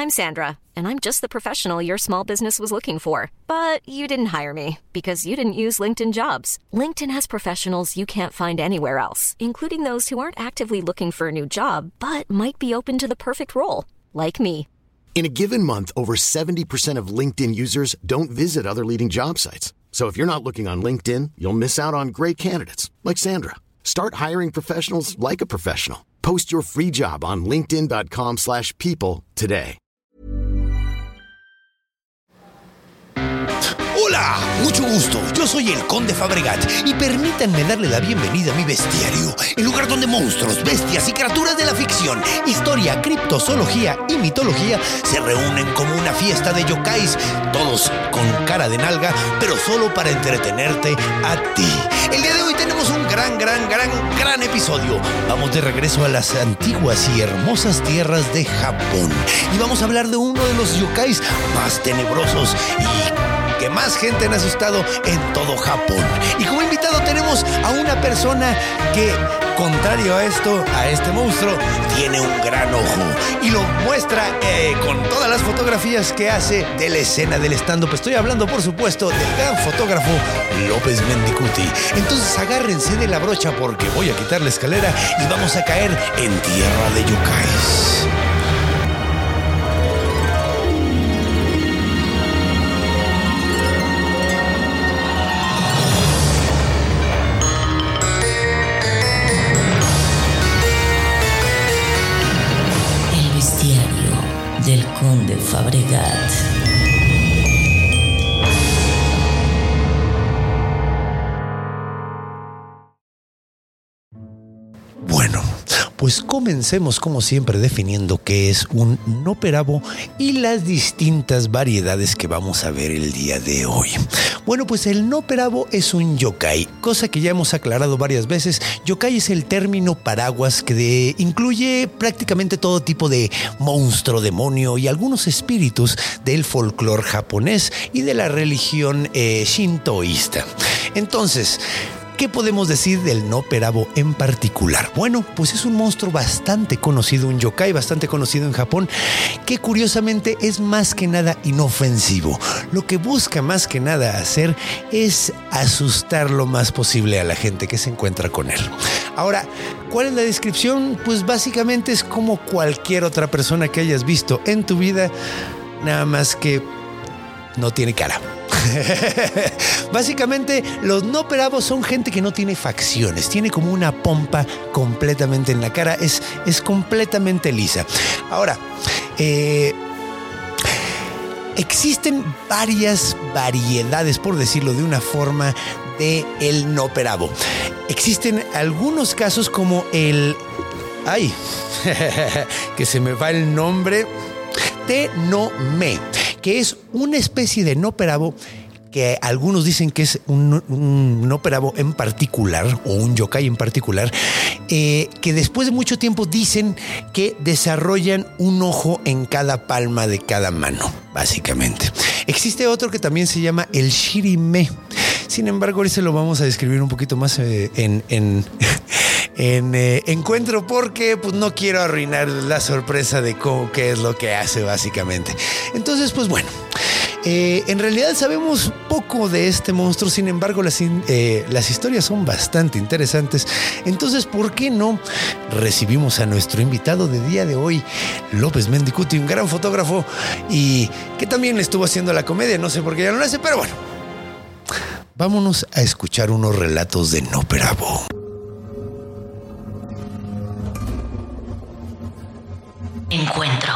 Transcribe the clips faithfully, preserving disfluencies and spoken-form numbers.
I'm Sandra, and I'm just the professional your small business was looking for. But you didn't hire me because you didn't use LinkedIn Jobs. LinkedIn has professionals you can't find anywhere else, including those who aren't actively looking for a new job, but might be open to the perfect role, like me. In a given month, over seventy percent of LinkedIn users don't visit other leading job sites. So if you're not looking on LinkedIn, you'll miss out on great candidates like Sandra. Start hiring professionals like a professional. Post your free job on linkedin.com slash people today. Hola, mucho gusto. Yo soy el Conde Fabregat y permítanme darle la bienvenida a mi bestiario, el lugar donde monstruos, bestias y criaturas de la ficción, historia, criptozoología y mitología se reúnen como una fiesta de yokais, todos con cara de nalga, pero solo para entretenerte a ti. El día de hoy tenemos un gran, gran, gran, gran episodio. Vamos de regreso a las antiguas y hermosas tierras de Japón y vamos a hablar de uno de los yokais más tenebrosos y que más gente han asustado en todo Japón. Y como invitado tenemos a una persona que, contrario a esto, a este monstruo, tiene un gran ojo y lo muestra eh, con todas las fotografías que hace de la escena del stand-up. Estoy hablando, por supuesto, del gran fotógrafo López Mendicuti. Entonces agárrense de la brocha porque voy a quitar la escalera y vamos a caer en tierra de yokais. Del Conde Fabregat. Bueno, pues comencemos como siempre definiendo qué es un noperabo y las distintas variedades que vamos a ver el día de hoy. Bueno, pues el noperabo es un yokai, cosa que ya hemos aclarado varias veces. Yokai es el término paraguas que de, incluye prácticamente todo tipo de monstruo, demonio y algunos espíritus del folclore japonés y de la religión eh, shintoísta. Entonces, ¿qué podemos decir del noperabo en particular? Bueno, pues es un monstruo bastante conocido, un yokai bastante conocido en Japón, que curiosamente es más que nada inofensivo. Lo que busca más que nada hacer es asustar lo más posible a la gente que se encuentra con él. Ahora, ¿cuál es la descripción? Pues básicamente es como cualquier otra persona que hayas visto en tu vida, nada más que no tiene cara. Básicamente los noperabos son gente que no tiene facciones, tiene como una pompa completamente en la cara, es, es completamente lisa. Ahora, eh, existen varias variedades, por decirlo de una forma, de el noperabo. Existen algunos casos como el... ¡Ay! que se me va el nombre... Tenome, que es una especie de noperabo que algunos dicen que es un, un noperabo en particular o un yokai en particular, eh, que después de mucho tiempo dicen que desarrollan un ojo en cada palma de cada mano, básicamente. Existe otro que también se llama el shirime. Sin embargo, ese lo vamos a describir un poquito más eh, en... en En eh, encuentro porque pues no quiero arruinar la sorpresa de cómo, qué es lo que hace básicamente. Entonces pues bueno, eh, en realidad sabemos poco de este monstruo, sin embargo las, eh, las historias son bastante interesantes. Entonces, ¿por qué no recibimos a nuestro invitado de día de hoy, López Mendicuti, un gran fotógrafo y que también estuvo haciendo la comedia? No sé por qué ya no lo hace, pero bueno, vámonos a escuchar unos relatos de noperabo. Encuentro.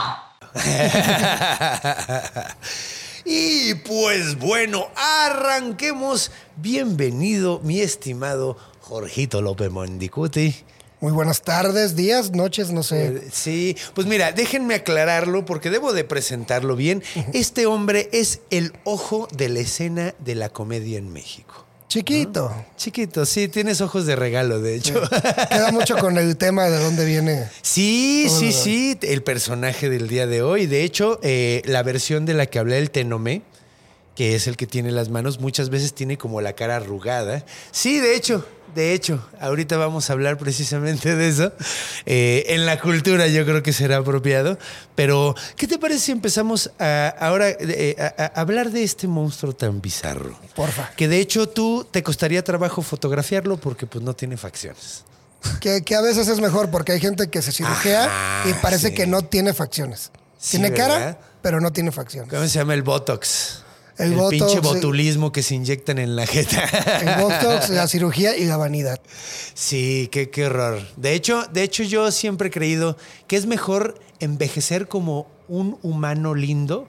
Y pues bueno, arranquemos. Bienvenido, mi estimado Jorgito López Mendicuti. Muy buenas tardes, días, noches, no sé. Eh, sí, pues mira, déjenme aclararlo porque debo de presentarlo bien. Este hombre es el ojo de la escena de la comedia en México. Chiquito. ¿No? Chiquito, sí, tienes ojos de regalo, de hecho. Sí. Queda mucho con el tema de dónde viene. Sí, Todo sí, lo... sí, el personaje del día de hoy. De hecho, eh, la versión de la que hablé, el Tenome, que es el que tiene las manos, muchas veces tiene como la cara arrugada. Sí, de hecho, de hecho, ahorita vamos a hablar precisamente de eso. Eh, en la cultura yo creo que será apropiado. Pero, ¿qué te parece si empezamos a, ahora eh, a, a hablar de este monstruo tan bizarro? Porfa. Que de hecho tú te costaría trabajo fotografiarlo porque pues no tiene facciones. Que, que a veces es mejor porque hay gente que se cirugea Ajá, y parece sí. que no tiene facciones. Sí, tiene ¿verdad? cara, pero no tiene facciones. ¿Cómo se llama? El Botox. El El, Botox, pinche sí. botulismo que se inyectan en la jeta. El botox, la cirugía y la vanidad. Sí, qué, qué horror. De hecho, de hecho, yo siempre he creído que es mejor envejecer como un humano lindo.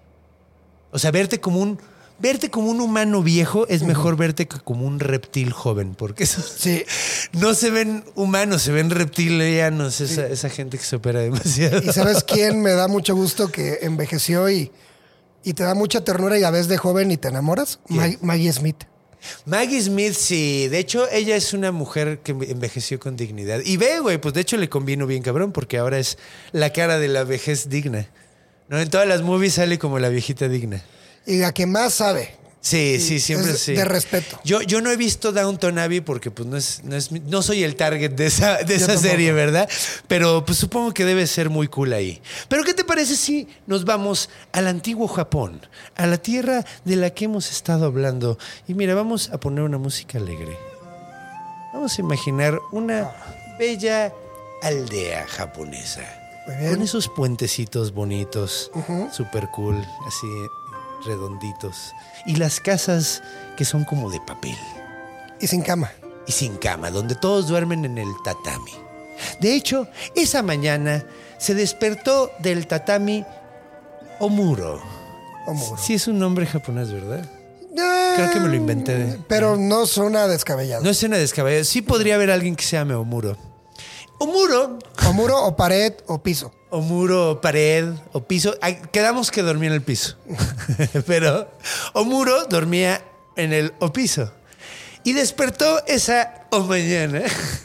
O sea, verte como un, verte como un humano viejo es mejor verte como un reptil joven, porque esos Sí. no se ven humanos, se ven reptilianos, esa, esa gente que se opera demasiado. ¿Y sabes quién me da mucho gusto que envejeció y, y te da mucha ternura y la ves de joven y te enamoras? Mag- Maggie Smith. Maggie Smith, sí. De hecho, ella es una mujer que envejeció con dignidad. Y ve, güey, pues de hecho le convino bien cabrón porque ahora es la cara de la vejez digna. ¿No? En todas las movies sale como la viejita digna. Y la que más sabe. Sí, sí, siempre es sí. de respeto. Yo, yo no he visto Downton Abbey porque pues no es, no es, no soy el target de esa, de esa tampoco. serie, ¿verdad? Pero pues supongo que debe ser muy cool ahí. Pero ¿qué te parece si nos vamos al antiguo Japón, a la tierra de la que hemos estado hablando? Y mira, vamos a poner una música alegre. Vamos a imaginar una bella aldea japonesa. Muy bien. Con esos puentecitos bonitos, super cool, así redonditos. Y las casas que son como de papel. Y sin cama. Y sin cama, donde todos duermen en el tatami. De hecho, esa mañana se despertó del tatami Omuro. Omuro. Sí es un nombre japonés, ¿verdad? Creo que me lo inventé. Pero no suena descabellado. No es una descabellada. Sí podría haber alguien que se llame Omuro. Omuro... O muro, o pared, o piso. O muro, pared, o piso. Ay, quedamos que dormía en el piso. Pero Omuro dormía en el o piso. Y despertó esa o mañana.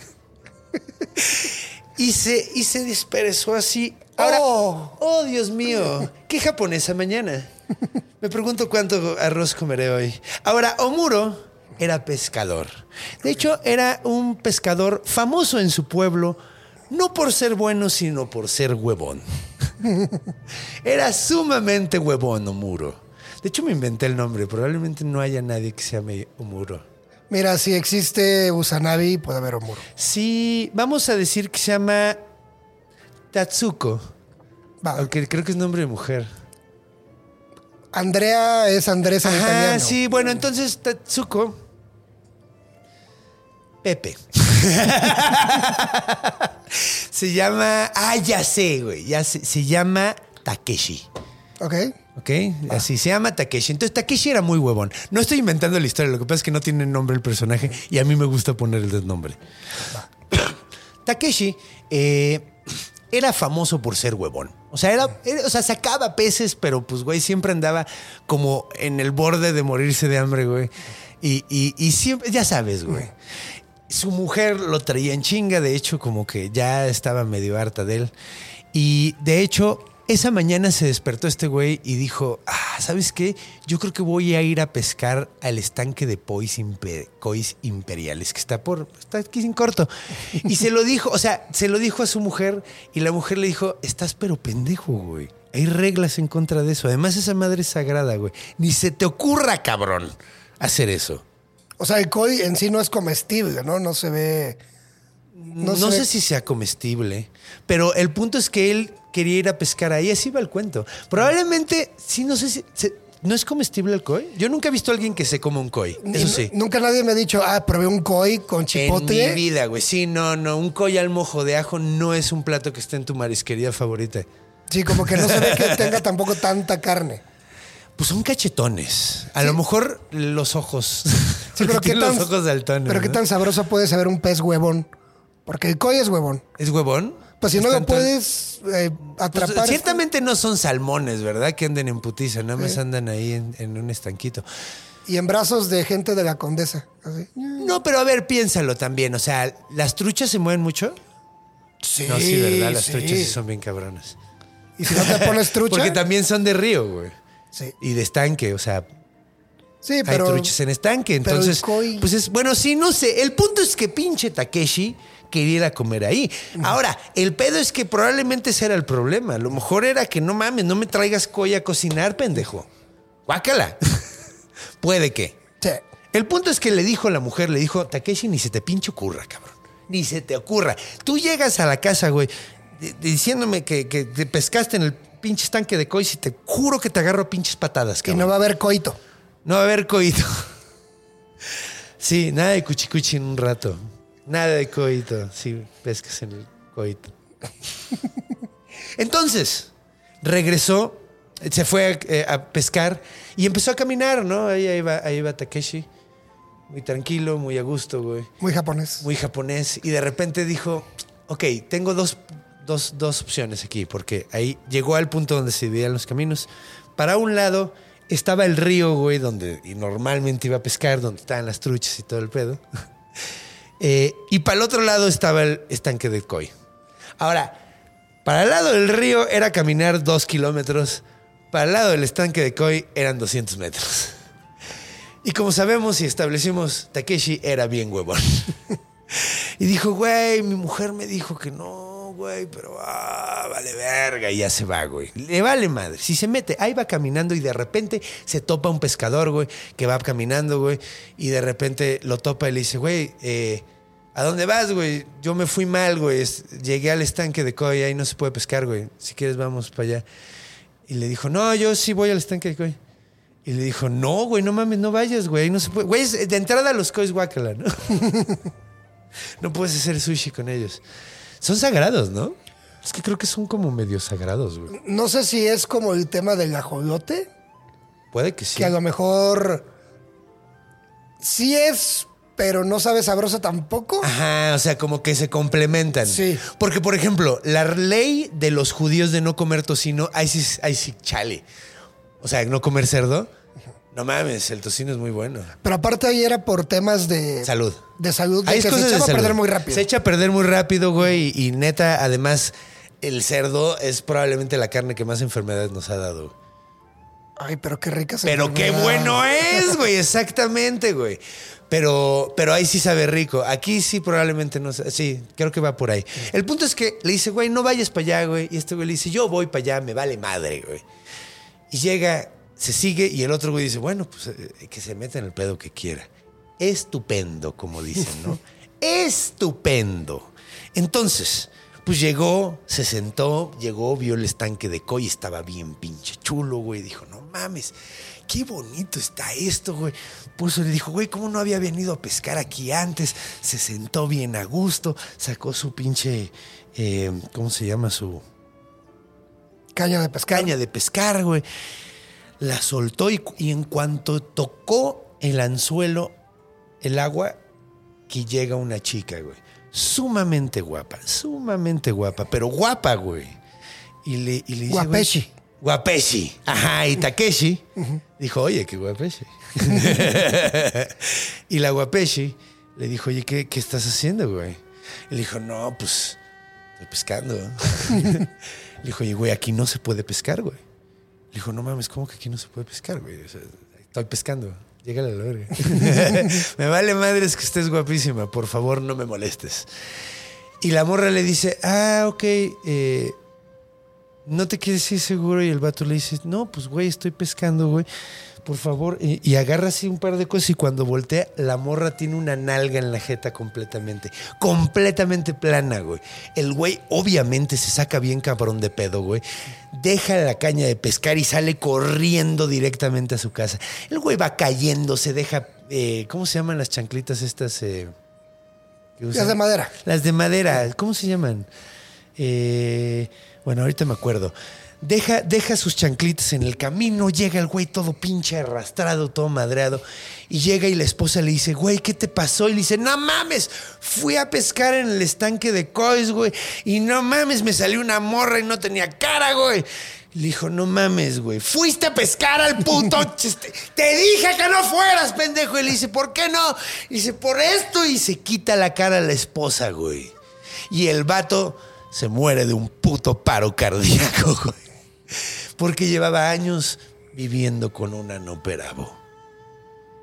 y, se, y se dispersó así. Ahora, Oh. oh, Dios mío, qué japonesa mañana. Me pregunto cuánto arroz comeré hoy. Ahora, Omuro era pescador. De hecho, era un pescador famoso en su pueblo. No por ser bueno, sino por ser huevón. Era sumamente huevón, Omuro. De hecho, me inventé el nombre. Probablemente no haya nadie que se llame Omuro. Mira, si existe Usanabi, puede haber Omuro. Sí, vamos a decir que se llama Tatsuko. Va. Aunque creo que es nombre de mujer. Andrea es Andrés en Ajá, italiano. sí. Bueno, entonces Tatsuko... Pepe. Se llama... Ah, ya sé, güey. Ya sé. Se llama Takeshi. Ok. ¿Ok? Así se llama Takeshi. Entonces Takeshi era muy huevón. No estoy inventando la historia. Lo que pasa es que no tiene nombre el personaje y a mí me gusta poner el nombre. Takeshi eh, era famoso por ser huevón. O sea, era, era- o sea, sacaba peces, pero pues, güey, siempre andaba como en el borde de morirse de hambre, güey. Y, y, y siempre, ya sabes, güey. Su mujer lo traía en chinga, de hecho, como que ya estaba medio harta de él. Y de hecho, esa mañana se despertó este güey y dijo, ah, ¿sabes qué? Yo creo que voy a ir a pescar al estanque de pois, impe- cois imperiales, que está por, está aquí sin corto. Y se lo dijo, o sea, se lo dijo a su mujer y la mujer le dijo, estás pero pendejo, güey. Hay reglas en contra de eso. Además, esa madre es sagrada, güey. Ni se te ocurra, cabrón, hacer eso. O sea, el koi en sí no es comestible, ¿no? No se ve... No, se sé ve- si sea comestible, pero el punto es que él quería ir a pescar ahí, así va el cuento. Probablemente, sí, no sé si... se- ¿No es comestible el koi? Yo nunca he visto a alguien que se coma un koi, eso Ni- sí. Nunca nadie me ha dicho, ah, probé un koi con En chipotle. mi vida, güey. Sí, no, no. Un koi al mojo de ajo no es un plato que esté en tu marisquería favorita. Sí, como que no se ve que tenga tampoco tanta carne. Pues son cachetones. A Sí. lo mejor los ojos. Sí, pero qué Tienen tan, los ojos saltones. pero qué ¿no? tan sabroso puede saber un pez huevón. Porque el koi es huevón. ¿Es huevón? Pues si no lo Están tan- puedes eh, Pues, atrapar. ciertamente no son salmones, ¿verdad? Que anden en putiza, nada más Sí. andan ahí en, en un estanquito. Y en brazos de gente de la condesa. Así. No, pero a ver, piénsalo también. O sea, ¿las truchas se mueven mucho? Sí, No, sí, ¿verdad? Las sí. truchas sí son bien cabronas. Y si no te pones trucha. Porque también son de río, güey. Sí. Y de estanque, o sea, Sí, pero... Hay truchas en estanque. Entonces, pero el koi... pues es... Bueno, sí, no sé. El punto es que pinche Takeshi quería ir a comer ahí. Ahora, el pedo es que probablemente ese era el problema. A lo mejor era que no mames, no me traigas koi a cocinar, pendejo. Guácala. Puede que. Sí. El punto es que le dijo la mujer, le dijo, Takeshi, ni se te pinche ocurra, cabrón. Ni se te ocurra. Tú llegas a la casa, güey, d- diciéndome que, que te pescaste en el pinche estanque de koi, si te juro que te agarro pinches patadas, Y cabrón. no va a haber coito. No va a haber coito. Sí, nada de cuchicuchi en un rato. Nada de coito. Sí, pescas en el coito. Entonces, regresó, se fue a, a pescar y empezó a caminar, ¿no? Ahí, ahí, va, ahí va Takeshi. Muy tranquilo, muy a gusto, güey. Muy japonés. Muy japonés. Y de repente dijo, ok, tengo dos, dos, dos opciones aquí, porque ahí llegó al punto donde se dividían los caminos. Para un lado estaba el río, güey, donde y normalmente iba a pescar, donde estaban las truchas y todo el pedo. eh, y para el otro lado estaba el estanque de koi. Ahora, para el lado del río era caminar dos kilómetros. Para el lado del estanque de koi eran doscientos metros. Y como sabemos y establecimos, Takeshi era bien huevón. Y dijo, güey, mi mujer me dijo que no, güey, pero ah, vale verga. Y ya se va, güey. Le vale madre. Si se mete, ahí va caminando y de repente se topa un pescador, güey, que va caminando, güey. Y de repente lo topa y le dice, güey, eh, ¿a dónde vas, güey? Yo me fui mal, güey. Llegué al estanque de koi, ahí no se puede pescar, güey. Si quieres, vamos para allá. Y le dijo, no, yo sí voy al estanque de koi. Y le dijo, no, güey, no mames, no vayas, güey. No se puede. Güey, de entrada a los kois, guácala, ¿no? No puedes hacer sushi con ellos. Son sagrados, ¿no? Es que creo que son como medio sagrados, güey. No sé si es como el tema del ajolote, Puede que sí. que a lo mejor sí es, pero no sabe sabroso tampoco. Ajá, o sea, como que se complementan. Sí. Porque, por ejemplo, la ley de los judíos de no comer tocino, ahí sí, ahí sí, chale. O sea, no comer cerdo. No mames, el tocino es muy bueno. Pero aparte ahí era por temas de Salud. De salud, de Hay que se cosas de echaba a salud. perder muy rápido. Se echa a perder muy rápido, güey. Y, y neta, además, el cerdo es probablemente la carne que más enfermedades nos ha dado. Ay, pero qué rica. Pero qué bueno es, güey. Exactamente, güey. Pero, pero ahí sí sabe rico. Aquí sí probablemente no. Sí, creo que va por ahí. El punto es que le dice, güey, no vayas para allá, güey. Y este güey le dice, yo voy para allá, me vale madre, güey. Y llega, se sigue y el otro güey dice, bueno, pues eh, que se meta en el pedo que quiera. Estupendo, como dicen, ¿no? Estupendo. Entonces, pues llegó, se sentó, llegó, vio el estanque de koi, estaba bien pinche chulo, güey. Dijo, no mames, qué bonito está esto, güey. Pues le dijo, güey, ¿cómo no había venido a pescar aquí antes? Se sentó bien a gusto, sacó su pinche, eh, ¿cómo se llama? Su Caña de pescar. caña de pescar, güey. La soltó y, y en cuanto tocó el anzuelo, el agua, que llega una chica, güey. Sumamente guapa, sumamente guapa, pero guapa, güey. Y le, y le dice, Guapeshi. güey, Guapeshi. Ajá, y Takeshi uh-huh. dijo, oye, qué guapeshi. Y la Guapeshi le dijo, oye, ¿qué, qué estás haciendo, güey? Y le dijo, no, pues, estoy pescando. Le dijo, oye, güey, aquí no se puede pescar, güey. Le dijo, no mames, ¿cómo que aquí no se puede pescar, güey? O sea, estoy pescando. Llégale a la verga. Me vale madres que estés guapísima. Por favor, no me molestes. Y la morra le dice, ah, ok, eh, ¿no te quieres ir seguro? Y el vato le dice, no, pues, güey, estoy pescando, güey. Por favor. Y, y agarra así un par de cosas y cuando voltea, la morra tiene una nalga en la jeta completamente. Completamente plana, güey. El güey obviamente se saca bien cabrón de pedo, güey. Deja la caña de pescar y sale corriendo directamente a su casa. El güey va cayendo, se deja... Eh, ¿Cómo se llaman las chanclitas estas? Eh, las de madera. Las de madera. ¿Cómo se llaman? Eh, bueno, ahorita me acuerdo. Deja, deja sus chanclitas en el camino, llega el güey todo pinche arrastrado, todo madreado, y llega y la esposa le dice, güey, ¿qué te pasó? Y le dice, no mames, fui a pescar en el estanque de kois, güey, y no mames, me salió una morra y no tenía cara, güey. Le dijo, no mames, güey, fuiste a pescar al puto... Te dije que no fueras, pendejo. Y le dice, ¿por qué no? Y dice, por esto, y se quita la cara a la esposa, güey. Y el vato se muere de un puto paro cardíaco, güey. Porque llevaba años viviendo con una noperabo.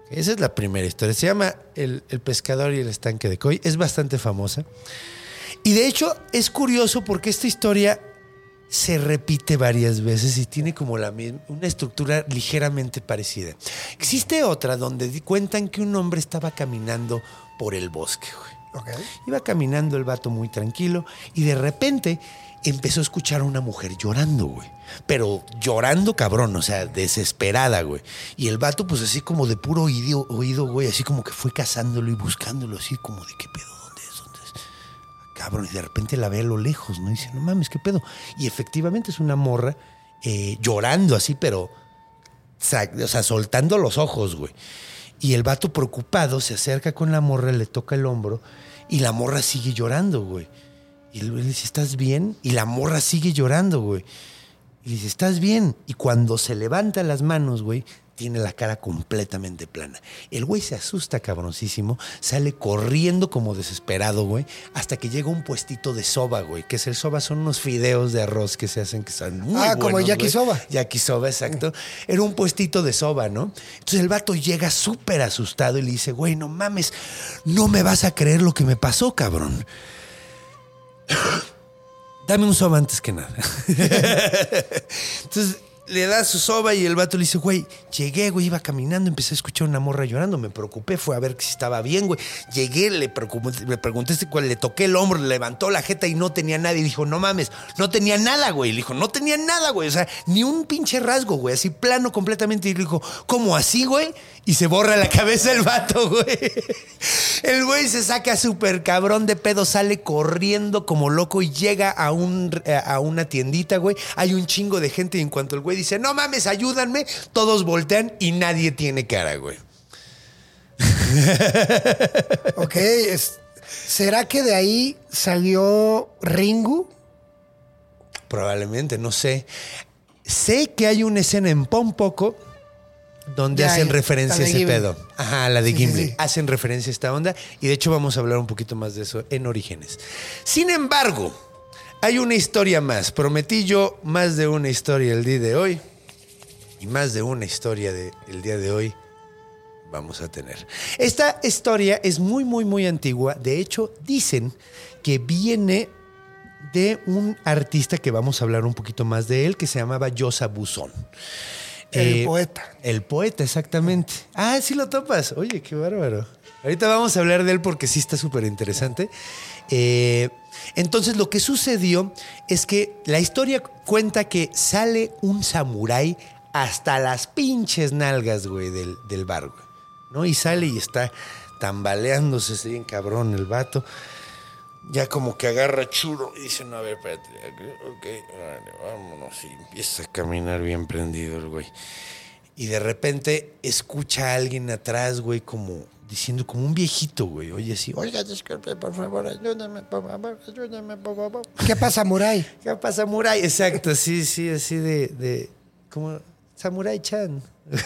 Esa es la primera historia. Se llama El, el pescador y el estanque de Koi. Es bastante famosa. Y de hecho es curioso porque esta historia se repite varias veces y tiene como la misma, una estructura ligeramente parecida. Existe otra donde di- cuentan que un hombre estaba caminando por el bosque, güey. Ok. Iba caminando el vato muy tranquilo y de repente empezó a escuchar a una mujer llorando, güey. Pero llorando cabrón, o sea, desesperada, güey. Y el vato pues así como de puro oído, oído, güey, así como que fue cazándolo y buscándolo, así como de qué pedo. Cabrón, y de repente la ve a lo lejos, ¿no? Y dice, no mames, ¿qué pedo? Y efectivamente es una morra eh, llorando así, pero, o sea, soltando los ojos, güey. Y el vato preocupado se acerca con la morra, le toca el hombro y la morra sigue llorando, güey. Y él le dice, ¿estás bien? Y la morra sigue llorando, güey. Y le dice, ¿estás bien? Y cuando se levanta las manos, güey, tiene la cara completamente plana. El güey se asusta cabroncísimo, sale corriendo como desesperado, güey, hasta que llega a un puestito de soba, güey, que es el soba, son unos fideos de arroz que se hacen que son muy Ah, buenos, como yakisoba. Yakisoba, exacto. Era un puestito de soba, ¿no? Entonces el vato llega súper asustado y le dice, güey, no mames, no me vas a creer lo que me pasó, cabrón. Dame un soba antes que nada. Entonces le da su soba y el vato le dice, güey, llegué, güey, iba caminando, empecé a escuchar una morra llorando, me preocupé, fue a ver si estaba bien, güey. Llegué, le, preocupé, le pregunté si cuál, le toqué el hombro, le levantó la jeta y no tenía nada. Y dijo, no mames, no tenía nada, güey. Le dijo, no tenía nada, güey. O sea, ni un pinche rasgo, güey, así plano completamente. Y le dijo, ¿cómo así, güey? Y se borra la cabeza el vato, güey. El güey se saca súper cabrón de pedo, sale corriendo como loco y llega a, un, a una tiendita, güey. Hay un chingo de gente y en cuanto el güey dice, no mames, ayúdanme, todos voltean y nadie tiene cara, güey. Ok, es- ¿será que de ahí salió Ringu? Probablemente, no sé. Sé que hay una escena en Pompoco donde Ya, hacen ya, referencia la a de ese Ghibli. pedo. Ajá, la de Sí, sí, Gimli. sí. Hacen referencia a esta onda y de hecho vamos a hablar un poquito más de eso en Orígenes. Sin embargo, hay una historia más. Prometí yo más de una historia el día de hoy y más de una historia del día de hoy vamos a tener. Esta historia es muy, muy, muy antigua. De hecho, dicen que viene de un artista que vamos a hablar un poquito más de él, que se llamaba Yosa Buzón. El poeta. El poeta, exactamente. Ah, sí lo topas. Oye, qué bárbaro. Ahorita vamos a hablar de él porque sí está súper interesante. Eh, entonces, lo que sucedió es que la historia cuenta que sale un samurái hasta las pinches nalgas, güey, del, del bar, güey, ¿no? Y sale y está tambaleándose así bien cabrón el vato. Ya como que agarra churo y dice, no, a ver, espérate, ok, órale, vámonos. Y empieza a caminar bien prendido el güey. Y de repente escucha a alguien atrás, güey, como diciendo, como un viejito, güey. Oye, así, oiga, disculpe, por favor, ayúdame, por favor, ayúdame, por favor. ¿Qué pasa, Murai? ¿Qué pasa, Samurai? Exacto, sí, sí, así de, de como Samurai-chan.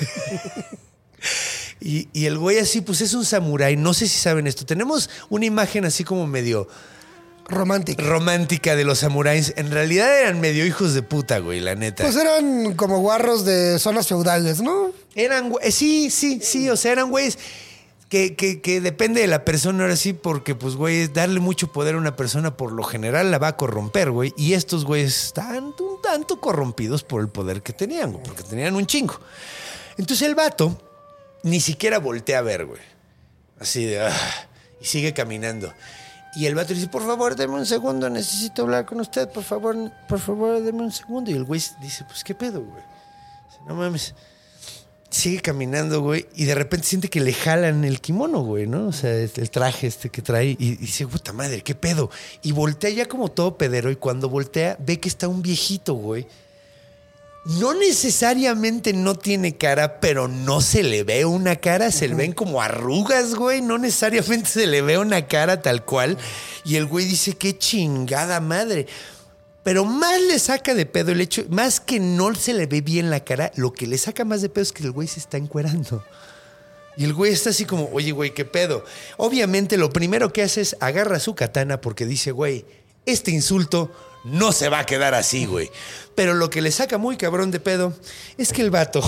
Y, y el güey así, pues es un samurái. No sé si saben esto. Tenemos una imagen así como medio Romántica. romántica de los samuráis. En realidad eran medio hijos de puta, güey, la neta. Pues eran como guarros de zonas feudales, ¿no? Eran, güey- sí, sí, sí. O sea, eran güeyes que, que, que depende de la persona ahora sí, porque, pues, güey, darle mucho poder a una persona por lo general la va a corromper, güey. Y estos güeyes están un tanto corrompidos por el poder que tenían, güey, porque tenían un chingo. Entonces el vato ni siquiera voltea a ver, güey. Así de... ah, y sigue caminando. Y el vato le dice, por favor, deme un segundo, necesito hablar con usted, por favor, por favor, deme un segundo. Y el güey dice, pues, ¿qué pedo, güey? Dice, no mames. Sigue caminando, güey, y de repente siente que le jalan el kimono, güey, ¿no? O sea, el traje este que trae. Y, y dice, puta madre, ¿qué pedo? Y voltea ya como todo pedero, y cuando voltea, ve que está un viejito, güey. No necesariamente no tiene cara, pero no se le ve una cara. Se le ven como arrugas, güey. No necesariamente se le ve una cara tal cual. Y el güey dice, qué chingada madre. Pero más le saca de pedo el hecho, más que no se le ve bien la cara, lo que le saca más de pedo es que el güey se está encuerando. Y el güey está así como, oye, güey, ¿qué pedo? Obviamente lo primero que hace es agarra su katana porque dice, güey, este insulto no se va a quedar así, güey. Pero lo que le saca muy cabrón de pedo es que el vato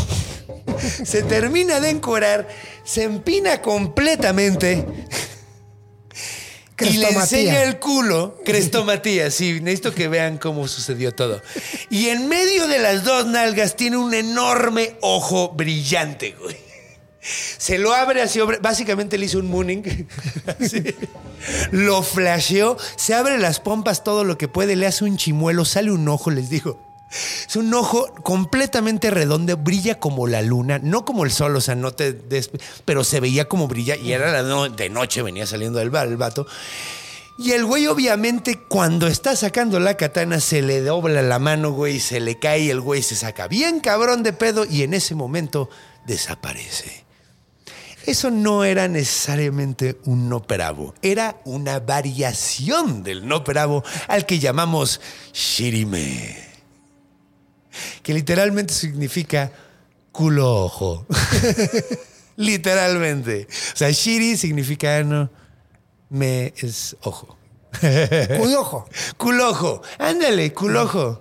Se termina de encuerar, se empina completamente y le enseña el culo. Crestomatía, sí, necesito que vean cómo sucedió todo. Y en medio de las dos nalgas tiene un enorme ojo brillante, güey. Se lo abre así, básicamente le hizo un mooning. Sí. Lo flasheó, se abre las pompas todo lo que puede, le hace un chimuelo, sale un ojo, les digo. Es un ojo completamente redondo, brilla como la luna, no como el sol, o sea, no te des... pero se veía como brilla y era la no... de noche, venía saliendo del bar el vato. Y el güey, obviamente, cuando está sacando la katana, se le dobla la mano, güey, se le cae y el güey se saca bien cabrón de pedo y en ese momento desaparece. Eso no era necesariamente un noperabo, era una variación del noperabo al que llamamos shirime, que literalmente significa culo ojo. Literalmente. O sea, shiri significa ano, me es ojo. Culojo. Culojo. Ándale, culojo.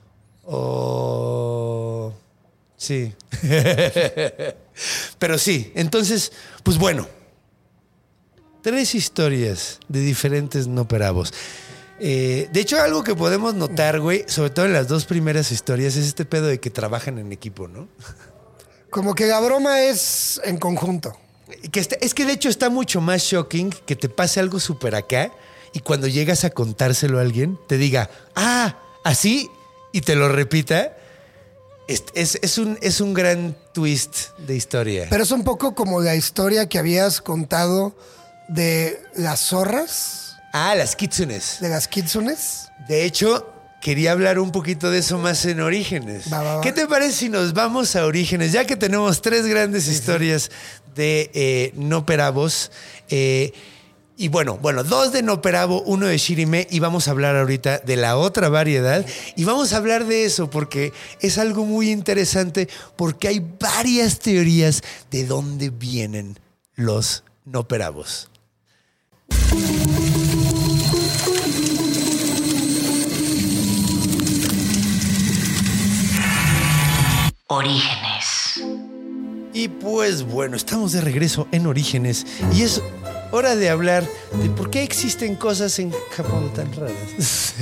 Oh, sí. Pero sí, entonces, pues bueno, tres historias de diferentes noperabos. Eh, de hecho, algo que podemos notar, güey, sobre todo en las dos primeras historias, es este pedo de que trabajan en equipo, ¿no? Como que la broma es en conjunto. Que está, es que de hecho está mucho más shocking que te pase algo súper acá y cuando llegas a contárselo a alguien, te diga, ah, así, y te lo repita. Es, es, es, un, es un gran twist de historia. Pero es un poco como la historia que habías contado de las zorras. Ah, las kitsunes. De las kitsunes. De hecho, quería hablar un poquito de eso más en Orígenes. Va, va, va. ¿Qué te parece si nos vamos a Orígenes? Ya que tenemos tres grandes sí, historias sí. de eh, noperabos. Eh, Y bueno, bueno, dos de noperabo, uno de shirime, y vamos a hablar ahorita de la otra variedad. Y vamos a hablar de eso porque es algo muy interesante, porque hay varias teorías de dónde vienen los noperabos. Orígenes. Y pues bueno, estamos de regreso en Orígenes y es hora de hablar de por qué existen cosas en Japón tan raras.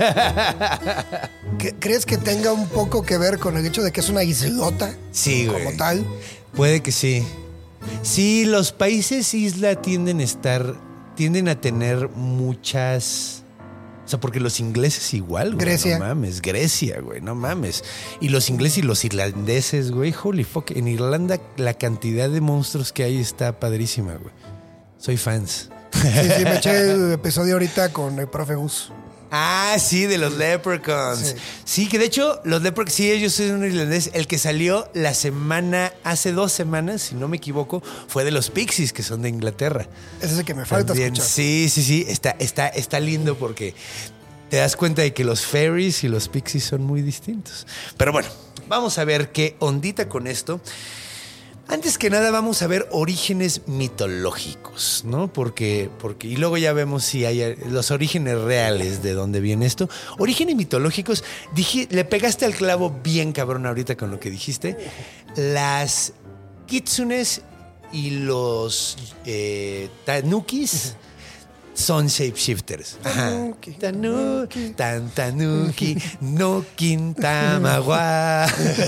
¿Crees que tenga un poco que ver con el hecho de que es una islota? Sí, güey. Como tal. Puede que sí. Sí, los países isla tienden a estar, tienden a tener muchas... O sea, porque los ingleses igual, güey. Grecia. No mames, Grecia, güey, no mames. Y los ingleses y los irlandeses, güey, holy fuck. En Irlanda la cantidad de monstruos que hay está padrísima, güey. Soy fans. Sí, sí, me eché el episodio ahorita con el profe Gus. Ah, sí, de los Leprechauns. Sí, sí que de hecho, los Leprechauns, sí, ellos son un irlandés. El que salió la semana, hace dos semanas, si no me equivoco, fue de los Pixies, que son de Inglaterra. Ese es el que me falta También, escuchar. Sí, sí, sí, está, está, está lindo porque te das cuenta de que los Fairies y los Pixies son muy distintos. Pero bueno, vamos a ver qué ondita con esto. Antes que nada vamos a ver orígenes mitológicos, ¿no? Porque, porque y luego ya vemos si hay los orígenes reales de dónde viene esto. Orígenes mitológicos, dije, le pegaste al clavo bien cabrón ahorita con lo que dijiste. Las kitsunes y los eh, tanukis son shapeshifters. Tanuki. Tanuki. Tan tanuki. No kintamawa.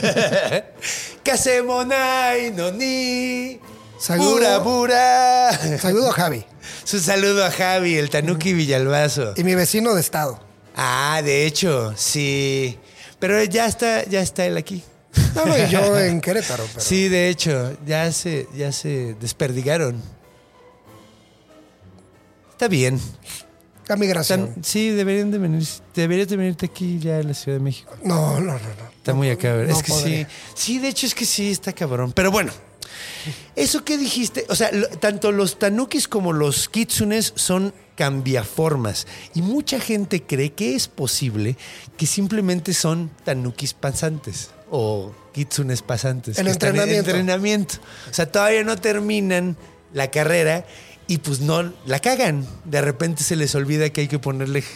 Kasemonai no ni. Saludo. Bura bura. Saludo a Javi. Su saludo a Javi, el tanuki Villalbazo. Y mi vecino de estado. Ah, de hecho, sí. Pero ya está, ya está él aquí. No, no, y yo en Querétaro. Pero... Sí, de hecho, ya se, ya se desperdigaron. Está bien. La migración. Están, sí, deberían de venir, deberías de venirte aquí ya a la Ciudad de México. No, no, no, no. Está no, muy acá. no es que podría. sí. Sí, de hecho es que sí, está cabrón. Pero bueno, eso que dijiste, o sea, lo, tanto los tanukis como los kitsunes son cambiaformas. Y mucha gente cree que es posible que simplemente son tanukis pasantes o kitsunes pasantes. En que están en entrenamiento. entrenamiento. O sea, todavía no terminan la carrera. Y pues no, la cagan. De repente se les olvida que hay que ponerle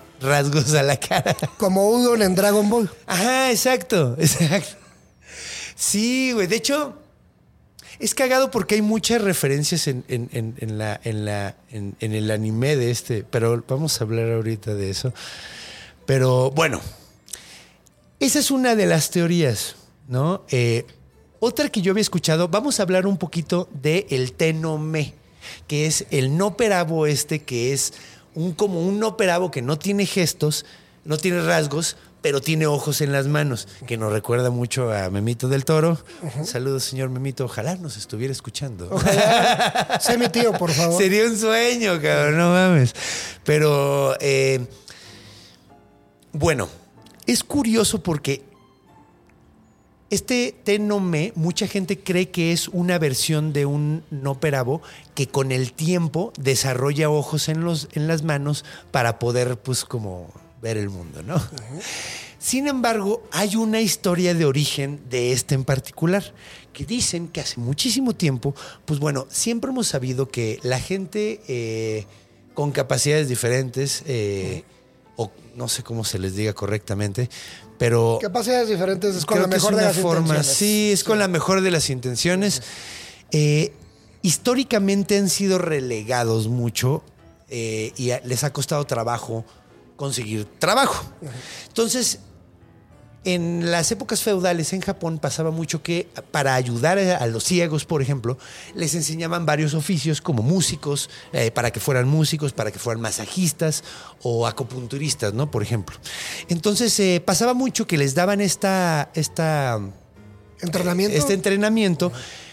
rasgos a la cara. Como Udon en Dragon Ball. Ajá, exacto, exacto. Sí, güey. De hecho, es cagado porque hay muchas referencias en, en, en, en la, en, la, en, en el anime de este. Pero vamos a hablar ahorita de eso. Pero bueno, esa es una de las teorías, ¿no? Eh, otra que yo había escuchado, vamos a hablar un poquito de el Tenno-Me, que es el Noperabo este, que es un, como un Noperabo que no tiene gestos, no tiene rasgos, pero tiene ojos en las manos, que nos recuerda mucho a Memito del Toro. Uh-huh. Saludos, señor Memito. Ojalá nos estuviera escuchando. Ojalá. Sé mi tío, por favor. Sería un sueño, cabrón, no mames. Pero, eh, bueno, es curioso porque este Tenno-Me, mucha gente cree que es una versión de un Noperabo que con el tiempo desarrolla ojos en, los, en las manos para poder, pues, como ver el mundo, ¿no? Uh-huh. Sin embargo, hay una historia de origen de este en particular, que dicen que hace muchísimo tiempo, pues bueno, siempre hemos sabido que la gente eh, con capacidades diferentes, eh, uh-huh. o no sé cómo se les diga correctamente, pero capacidades diferentes es con la mejor de las forma, intenciones. Sí, es sí. con la mejor de las intenciones. Eh, históricamente han sido relegados mucho eh, y a, les ha costado trabajo conseguir trabajo. Uh-huh. Entonces, en las épocas feudales en Japón pasaba mucho que para ayudar a, a los ciegos, por ejemplo, les enseñaban varios oficios como músicos, eh, para que fueran músicos, para que fueran masajistas o acupunturistas, ¿no? Por ejemplo. Entonces, eh, pasaba mucho que les daban esta, esta, ¿Entrenamiento? este entrenamiento.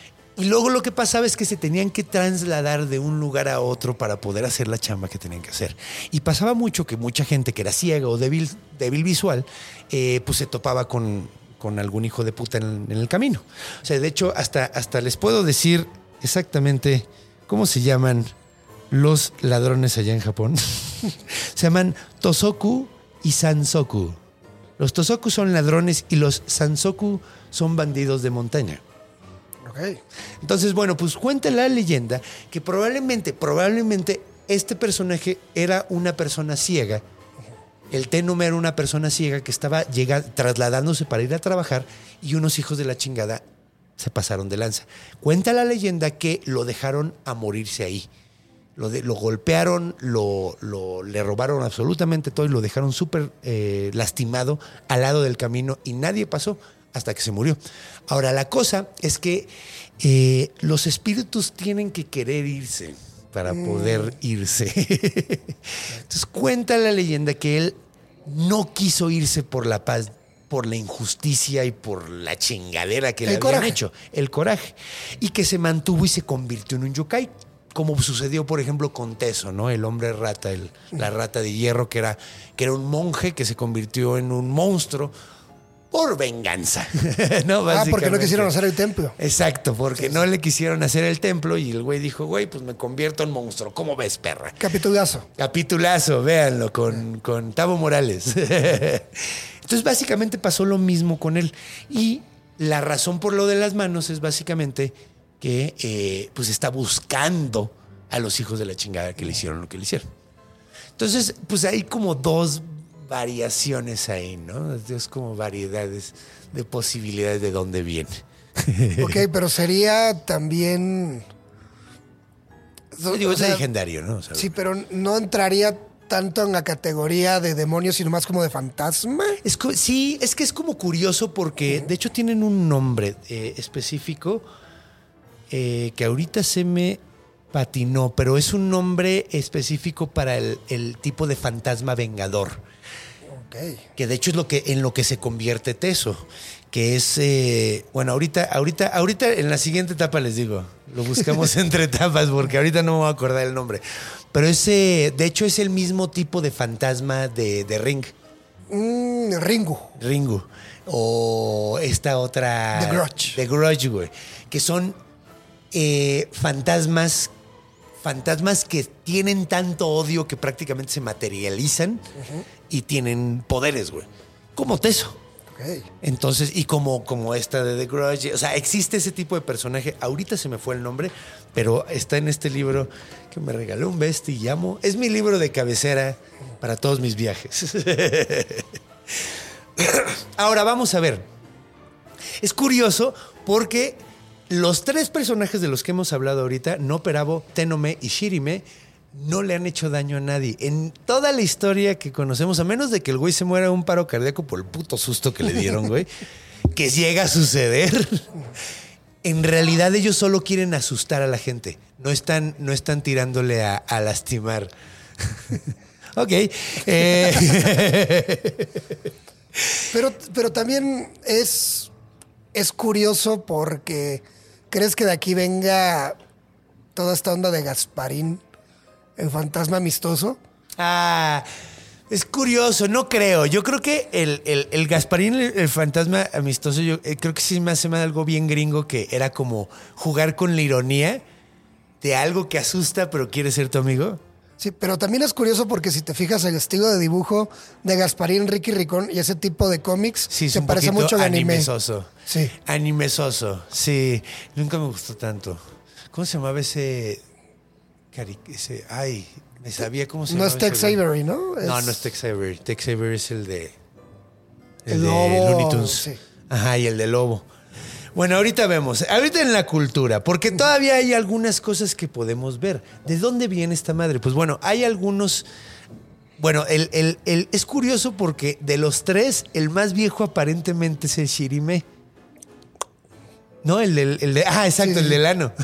Y luego lo que pasaba es que se tenían que trasladar de un lugar a otro para poder hacer la chamba que tenían que hacer. Y pasaba mucho que mucha gente que era ciega o débil, débil visual, eh, pues se topaba con, con algún hijo de puta en, en el camino. O sea, de hecho, hasta, hasta les puedo decir exactamente cómo se llaman los ladrones allá en Japón. Se llaman Tosoku y Sansoku. Los Tosoku son ladrones y los Sansoku son bandidos de montaña. Okay. Entonces, bueno, pues cuenta la leyenda que probablemente, probablemente este personaje era una persona ciega. El Tenno-Me era una persona ciega que estaba llegando, trasladándose para ir a trabajar y unos hijos de la chingada se pasaron de lanza. Cuenta la leyenda que lo dejaron a morirse ahí. Lo, de, lo golpearon, lo, lo, le robaron absolutamente todo y lo dejaron súper eh, lastimado al lado del camino y nadie pasó hasta que se murió. Ahora, la cosa es que eh, los espíritus tienen que querer irse para mm. poder irse. Entonces, cuenta la leyenda que él no quiso irse por la paz, por la injusticia y por la chingadera que el le habían hecho. El coraje. Y que se mantuvo y se convirtió en un yokai. Como sucedió, por ejemplo, con Teso, ¿no? El hombre rata, el, la rata de hierro, que era, que era un monje que se convirtió en un monstruo por venganza. ¿No? Ah, porque no quisieron hacer el templo. Exacto, porque sí, no sí. le quisieron hacer el templo y el güey dijo, güey, pues me convierto en monstruo. ¿Cómo ves, perra? Capitulazo. Capitulazo, véanlo, con, con Tavo Morales. Entonces, básicamente pasó lo mismo con él. Y la razón por lo de las manos es básicamente que eh, pues está buscando a los hijos de la chingada que le hicieron lo que le hicieron. Entonces, pues hay como dos variaciones ahí, ¿no? Es como variedades de posibilidades de dónde viene. Ok, pero sería también... Yo digo, es sea, legendario, ¿no? O sea, sí, pero no entraría tanto en la categoría de demonios, sino más como de fantasma. Es, sí, es que es como curioso porque, uh-huh. de hecho, tienen un nombre eh, específico eh, que ahorita se me patinó, pero es un nombre específico para el, el tipo de fantasma vengador. Okay. Que de hecho es lo que, en lo que se convierte Teso, que es, eh, bueno, ahorita, ahorita, ahorita en la siguiente etapa les digo, lo buscamos entre etapas porque ahorita no me voy a acordar el nombre, pero ese, de hecho es el mismo tipo de fantasma de, de Ring. Mm, Ringu. Ringu. O esta otra... The Grudge. The Grudge, güey. Que son eh, fantasmas... Fantasmas que tienen tanto odio que prácticamente se materializan uh-huh. y tienen poderes, güey. Como Teso. Okay. Entonces, y como, como esta de The Grudge. O sea, existe ese tipo de personaje. Ahorita se me fue el nombre, pero está en este libro que me regaló un bestia y llamo. Es mi libro de cabecera para todos mis viajes. Ahora, vamos a ver. Es curioso porque los tres personajes de los que hemos hablado ahorita, Noperabo, Tenome y Shirime, no le han hecho daño a nadie. En toda la historia que conocemos, a menos de que el güey se muera de un paro cardíaco por el puto susto que le dieron, güey, que llega a suceder, en realidad ellos solo quieren asustar a la gente. No están, no están tirándole a, a lastimar. Ok. Eh. Pero, pero también es, es curioso porque crees que de aquí venga toda esta onda de Gasparín, el fantasma amistoso. Ah, es curioso, no creo. Yo creo que el, el, el Gasparín, el, el fantasma amistoso, yo eh, creo que sí me hace más algo bien gringo, que era como jugar con la ironía de algo que asusta pero quiere ser tu amigo. Sí, pero también es curioso porque si te fijas el estilo de dibujo de Gasparín, Ricky Ricón y ese tipo de cómics, sí, se parece mucho al anime. Animesoso. Sí. Animesoso, sí. Nunca me gustó tanto. ¿Cómo se llamaba ese... Cari ese ay, me sabía cómo se no llamaba. No es Tex Avery, ¿no? Es... No, no es Tex Avery. Tex Avery es el de... El, el de lobo. Looney Tunes. Sí. Ajá, y el de lobo. Bueno, ahorita vemos. Ahorita en la cultura, porque todavía hay algunas cosas que podemos ver. ¿De dónde viene esta madre? Pues bueno, hay algunos... Bueno, el, el, el, es curioso porque de los tres, el más viejo aparentemente es el Shirime. No, el, el, el de... Ah, exacto, sí, el del ano.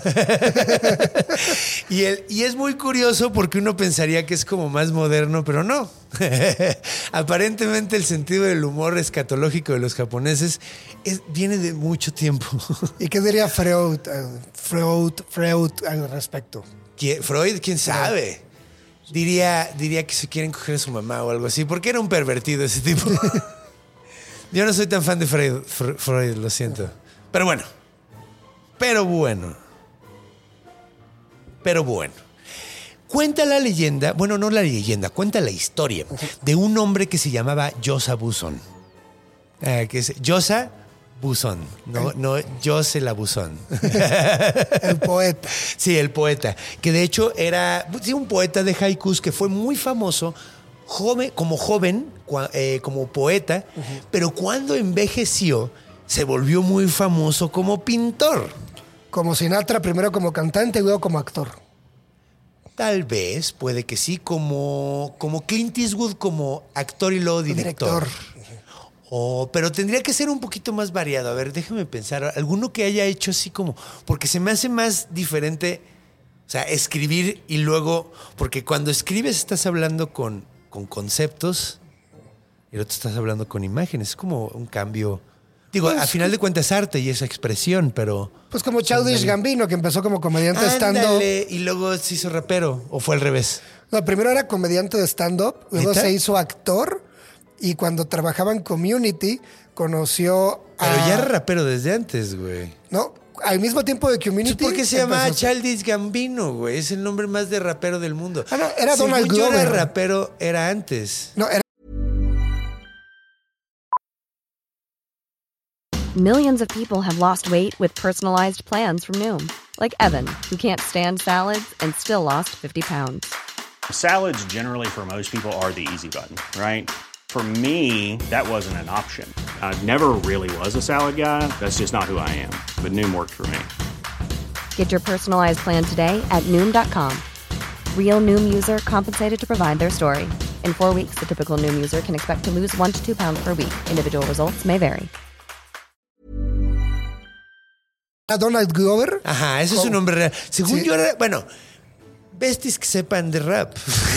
y, el, y es muy curioso porque uno pensaría que es como más moderno, pero no. Aparentemente el sentido del humor escatológico de los japoneses es, viene de mucho tiempo. ¿Y qué diría Freud, uh, Freud, Freud al respecto? ¿Quién, Freud? ¿Quién sabe? Diría, diría que se quieren coger a su mamá o algo así, porque era un pervertido ese tipo. Yo no soy tan fan de Freud, Freud, lo siento. Pero bueno. Pero bueno. Pero bueno. Cuenta la leyenda, bueno, no la leyenda, cuenta la historia de un hombre que se llamaba Yosa Buzón. Eh, que es Yosa Buzón, no, no Yose la Buzón. El poeta. Sí, el poeta. Que de hecho era sí, un poeta de haikus que fue muy famoso joven, como joven, eh, como poeta, uh-huh. Pero cuando envejeció se volvió muy famoso como pintor. Como Sinatra, primero como cantante y luego como actor. Tal vez, puede que sí, como, como Clint Eastwood como actor y luego director. director. Oh, pero tendría que ser un poquito más variado. A ver, déjame pensar. Alguno que haya hecho así como... Porque se me hace más diferente, o sea, escribir y luego... Porque cuando escribes estás hablando con, con conceptos y luego estás hablando con imágenes. Es como un cambio... Digo, pues, a final de cuentas es arte y esa expresión, pero... Pues como Childish Gambino, que empezó como comediante de stand-up. Y luego se hizo rapero, ¿o fue al revés? No, primero era comediante de stand-up, luego ¿Neta? se hizo actor, y cuando trabajaba en Community, conoció a... Pero ya era rapero desde antes, güey. No, al mismo tiempo de Community... ¿Por qué se llamaba Childish Gambino, güey? Es el nombre más de rapero del mundo. Ah, no, era Según Donald Glover. Yo era rapero, era antes. No, era... Millions of people have lost weight with personalized plans from Noom. Like Evan, who can't stand salads and still lost fifty pounds. Salads generally for most people are the easy button, right? For me, that wasn't an option. I never really was a salad guy. That's just not who I am. But Noom worked for me. Get your personalized plan today at Noom dot com. Real Noom user compensated to provide their story. In four weeks, the typical Noom user can expect to lose one to two pounds per week. Individual results may vary. ¿A Donald Glover? Ajá, ese ¿Cómo? Es un nombre real. Según sí. yo era... Bueno, besties que sepan de rap.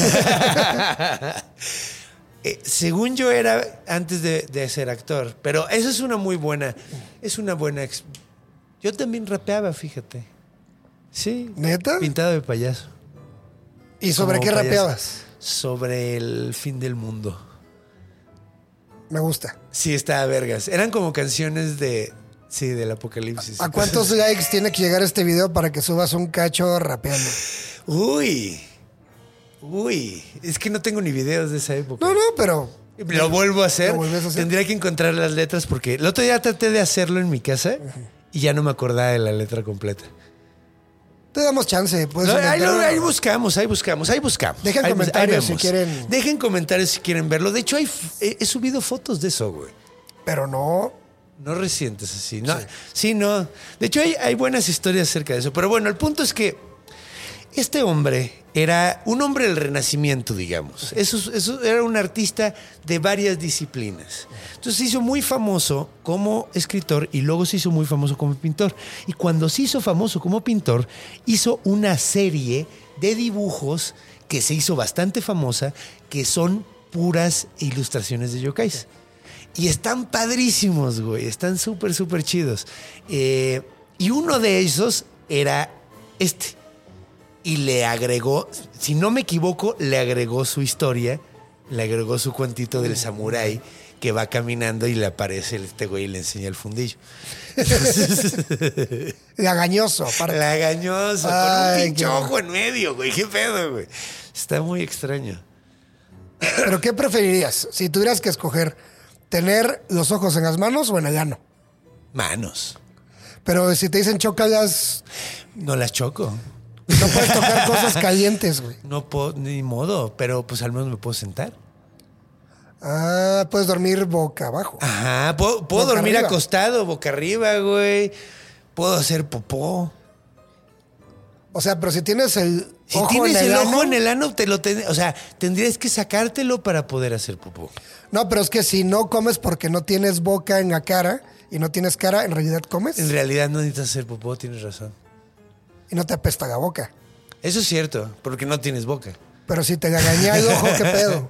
eh, según yo era antes de, de ser actor. Pero eso es una muy buena... Es una buena... Ex... Yo también rapeaba, fíjate. Sí. ¿Neta? Pintado de payaso. ¿Y sobre Como qué payaso. rapeabas? Sobre el fin del mundo. Me gusta. Sí, estaba vergas. Eran como canciones de... Sí, del apocalipsis. ¿A cuántos likes tiene que llegar este video para que subas un cacho rapeando? Uy. Uy. Es que no tengo ni videos de esa época. No, no, pero... Lo vuelvo a hacer. ¿Lo vuelves a hacer? Tendría que encontrar las letras porque el otro día traté de hacerlo en mi casa uh-huh. y ya no me acordaba de la letra completa. Te damos chance. Puedes no, ahí, lo, ahí buscamos, ahí buscamos, ahí buscamos. Dejen ahí, comentarios ahí si quieren. Dejen comentarios si quieren verlo. De hecho, hay, he, he subido fotos de eso, güey. Pero no... No resientes así. No, sí. sí, no. De hecho, hay, hay buenas historias acerca de eso. Pero bueno, el punto es que este hombre era un hombre del Renacimiento, digamos. Eso, eso era un artista de varias disciplinas. Entonces se hizo muy famoso como escritor y luego se hizo muy famoso como pintor. Y cuando se hizo famoso como pintor, hizo una serie de dibujos que se hizo bastante famosa, que son puras ilustraciones de yokais. Y están padrísimos, güey. Están súper, súper chidos. Eh, y uno de esos era este. Y le agregó, si no me equivoco, le agregó su historia, le agregó su cuentito del samurái que va caminando y le aparece este güey y le enseña el fundillo. Lagañoso, aparte. Lagañoso, con un pinche ojo en medio, güey. ¿Qué pedo, güey? Está muy extraño. ¿Pero qué preferirías? Si tuvieras que escoger, ¿tener los ojos en las manos o en el ano? Manos. Pero si te dicen chócalas... No las choco. No puedes tocar cosas calientes, güey. No puedo, ni modo, pero pues al menos me puedo sentar. Ah, puedes dormir boca abajo. Ajá, puedo, puedo dormir arriba. Acostado, boca arriba, güey. Puedo hacer popó. O sea, pero si tienes el si ojo tienes en el, el ano, ojo en el ano, te lo ten, o sea, tendrías que sacártelo para poder hacer popó. No, pero es que si no comes porque no tienes boca en la cara y no tienes cara, ¿en realidad comes? En realidad no necesitas hacer popó, tienes razón. Y no te apesta la boca. Eso es cierto, porque no tienes boca. Pero si te gagañea el ojo, ¿qué pedo?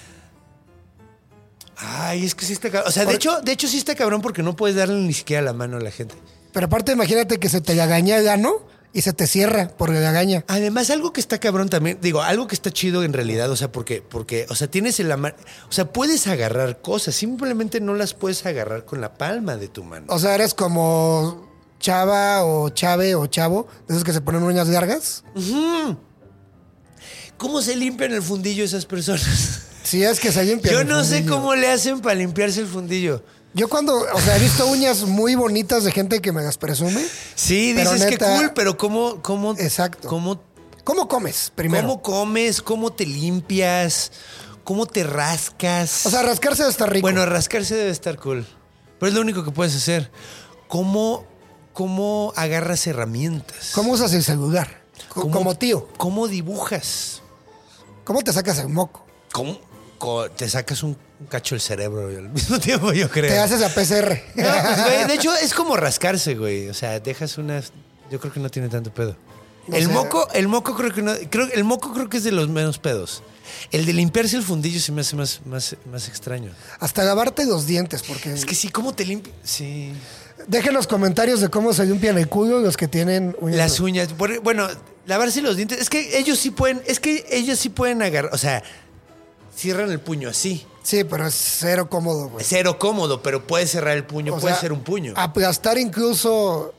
Ay, es que sí está cabrón. O sea, de hecho, de hecho sí está cabrón porque no puedes darle ni siquiera la mano a la gente. Pero aparte, imagínate que se te gagañea el ano y se te cierra por la gagaña. Además, algo que está cabrón también, digo, algo que está chido en realidad, o sea, porque, porque o sea, tienes en la mano, o sea, puedes agarrar cosas, simplemente no las puedes agarrar con la palma de tu mano. O sea, eres como chava o chave o chavo, de esos que se ponen uñas largas. Uh-huh. ¿Cómo se limpian el fundillo esas personas? Sí, es que se limpian. Yo no sé cómo le hacen para limpiarse el fundillo. Yo cuando, o sea, he visto uñas muy bonitas de gente que me las presume. Sí, dices neta, que cool, pero ¿cómo, cómo, exacto. ¿cómo, ¿Cómo comes primero? ¿Cómo comes? ¿Cómo te limpias? ¿Cómo te rascas? O sea, rascarse debe estar rico. Bueno, rascarse debe estar cool. Pero es lo único que puedes hacer. ¿Cómo, cómo agarras herramientas? ¿Cómo usas el celular? ¿Cómo, como tío. ¿Cómo dibujas? ¿Cómo te sacas el moco? ¿Cómo? Te sacas un cacho del cerebro al mismo tiempo, yo creo. Te haces la P C R. No, pues, güey, de hecho, es como rascarse, güey. O sea, dejas unas... Yo creo que no tiene tanto pedo. No el sé. moco, el moco creo que no... Creo, el moco creo que es de los menos pedos. El de limpiarse el fundillo se me hace más, más, más extraño. Hasta lavarte los dientes, porque... Es que sí, ¿cómo te limpias? Sí. Dejen los comentarios de cómo se limpian el culo los que tienen uñas. Las uñas. Bueno, lavarse los dientes. Es que ellos sí pueden... Es que ellos sí pueden agarrar... O sea... Cierran el puño así. Sí, pero es cero cómodo, güey. Cero cómodo, pero puedes cerrar el puño, o puede sea, ser un puño. Aplastar incluso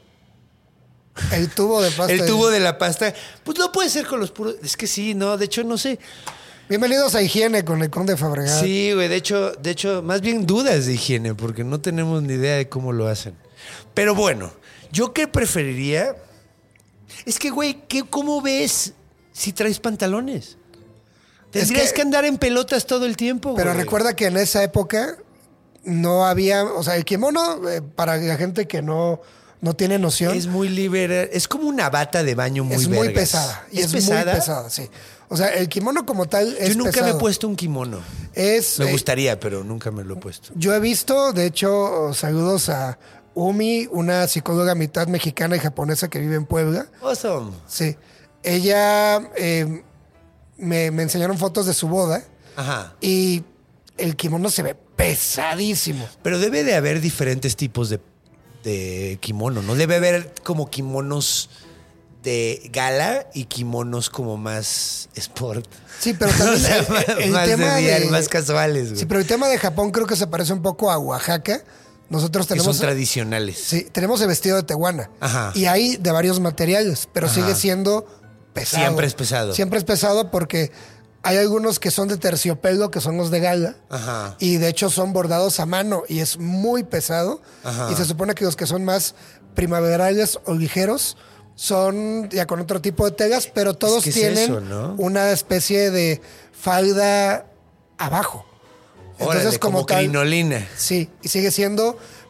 el tubo de pasta. El tubo de la pasta. Pues no puede ser con los puros... Es que sí, no, de hecho no sé. Bienvenidos a Higiene con el Conde Fabregat. Sí, güey, de hecho, de hecho, más bien dudas de higiene, porque no tenemos ni idea de cómo lo hacen. Pero bueno, yo qué preferiría... Es que, güey, ¿qué, ¿cómo ves si traes pantalones? Tendrías es que, que andar en pelotas todo el tiempo, pero güey. Recuerda que en esa época no había... O sea, el kimono, eh, para la gente que no, no tiene noción... Es muy liberal. Es como una bata de baño muy Es vergas. muy pesada. Y ¿Es, es pesada? muy pesada, sí. O sea, el kimono como tal es Yo nunca pesado. me he puesto un kimono. Es, me gustaría, eh, pero nunca me lo he puesto. Yo he visto, de hecho, saludos a Umi, una psicóloga mitad mexicana y japonesa que vive en Puebla. Awesome. Sí. Ella... Eh, Me, me enseñaron fotos de su boda. Ajá. Y el kimono se ve pesadísimo. Pero debe de haber diferentes tipos de, de kimono, ¿no? Debe haber como kimonos de gala y kimonos como más sport. Sí, pero también o sea, el, más, el más tema de diario, de, más casuales. Güey. Sí, pero el tema de Japón creo que se parece un poco a Oaxaca. Nosotros tenemos... Que son tradicionales. Sí, tenemos el vestido de tehuana. Ajá. Y hay de varios materiales, pero Ajá. sigue siendo... pesado. Siempre es pesado. Siempre es pesado porque hay algunos que son de terciopelo, que son los de gala. Ajá. Y de hecho son bordados a mano y es muy pesado. Ajá. Y se supone que los que son más primaverales o ligeros son ya con otro tipo de telas, pero todos es que tienen es eso, ¿no? una especie de falda abajo. Órale, Entonces, como, como tal, crinolina. Sí, y sigue siendo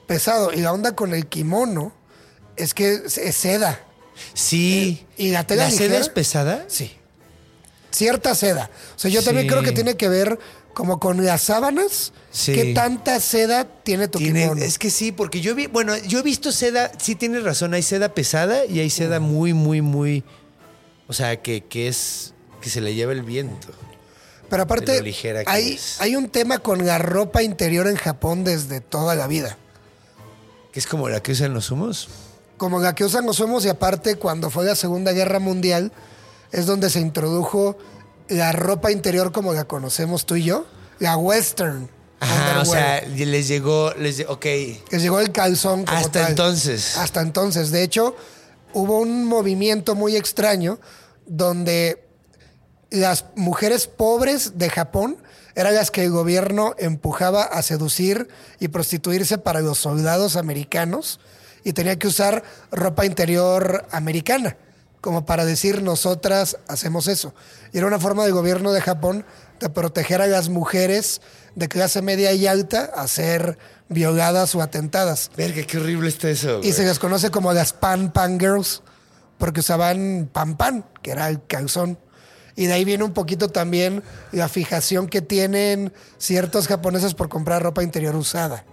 pesado. Y la onda con el kimono es que es, es seda. Sí. ¿Y la tela ¿La seda ligera? es pesada? Sí. Cierta seda. O sea, yo también Sí. creo que tiene que ver como con las sábanas. Sí. ¿Qué tanta seda tiene tu Tiene- kimono? es que sí, porque yo vi, bueno, yo he visto seda, sí tienes razón, hay seda pesada y hay seda muy, muy, muy, o sea, que, que es, que se le lleva el viento. Pero de aparte, lo ligera que hay, es. hay un tema con la ropa interior en Japón desde toda la vida. Que es como la que usan los humos. Como la que usan los homos, y aparte cuando fue la Segunda Guerra Mundial es donde se introdujo la ropa interior como la conocemos tú y yo, la western Ajá, o underwear, sea, les llegó, les lle- ok. que llegó el calzón como Hasta tal. entonces. Hasta entonces. De hecho, hubo un movimiento muy extraño donde las mujeres pobres de Japón eran las que el gobierno empujaba a seducir y prostituirse para los soldados americanos, y tenía que usar ropa interior americana, como para decir nosotras hacemos eso. Y era una forma del gobierno de Japón de proteger a las mujeres de clase media y alta a ser violadas o atentadas. Verga, qué horrible está eso. Y se güey. les conoce como las pan pan girls, porque usaban pan pan, que era el calzón. Y de ahí viene un poquito también la fijación que tienen ciertos japoneses por comprar ropa interior usada.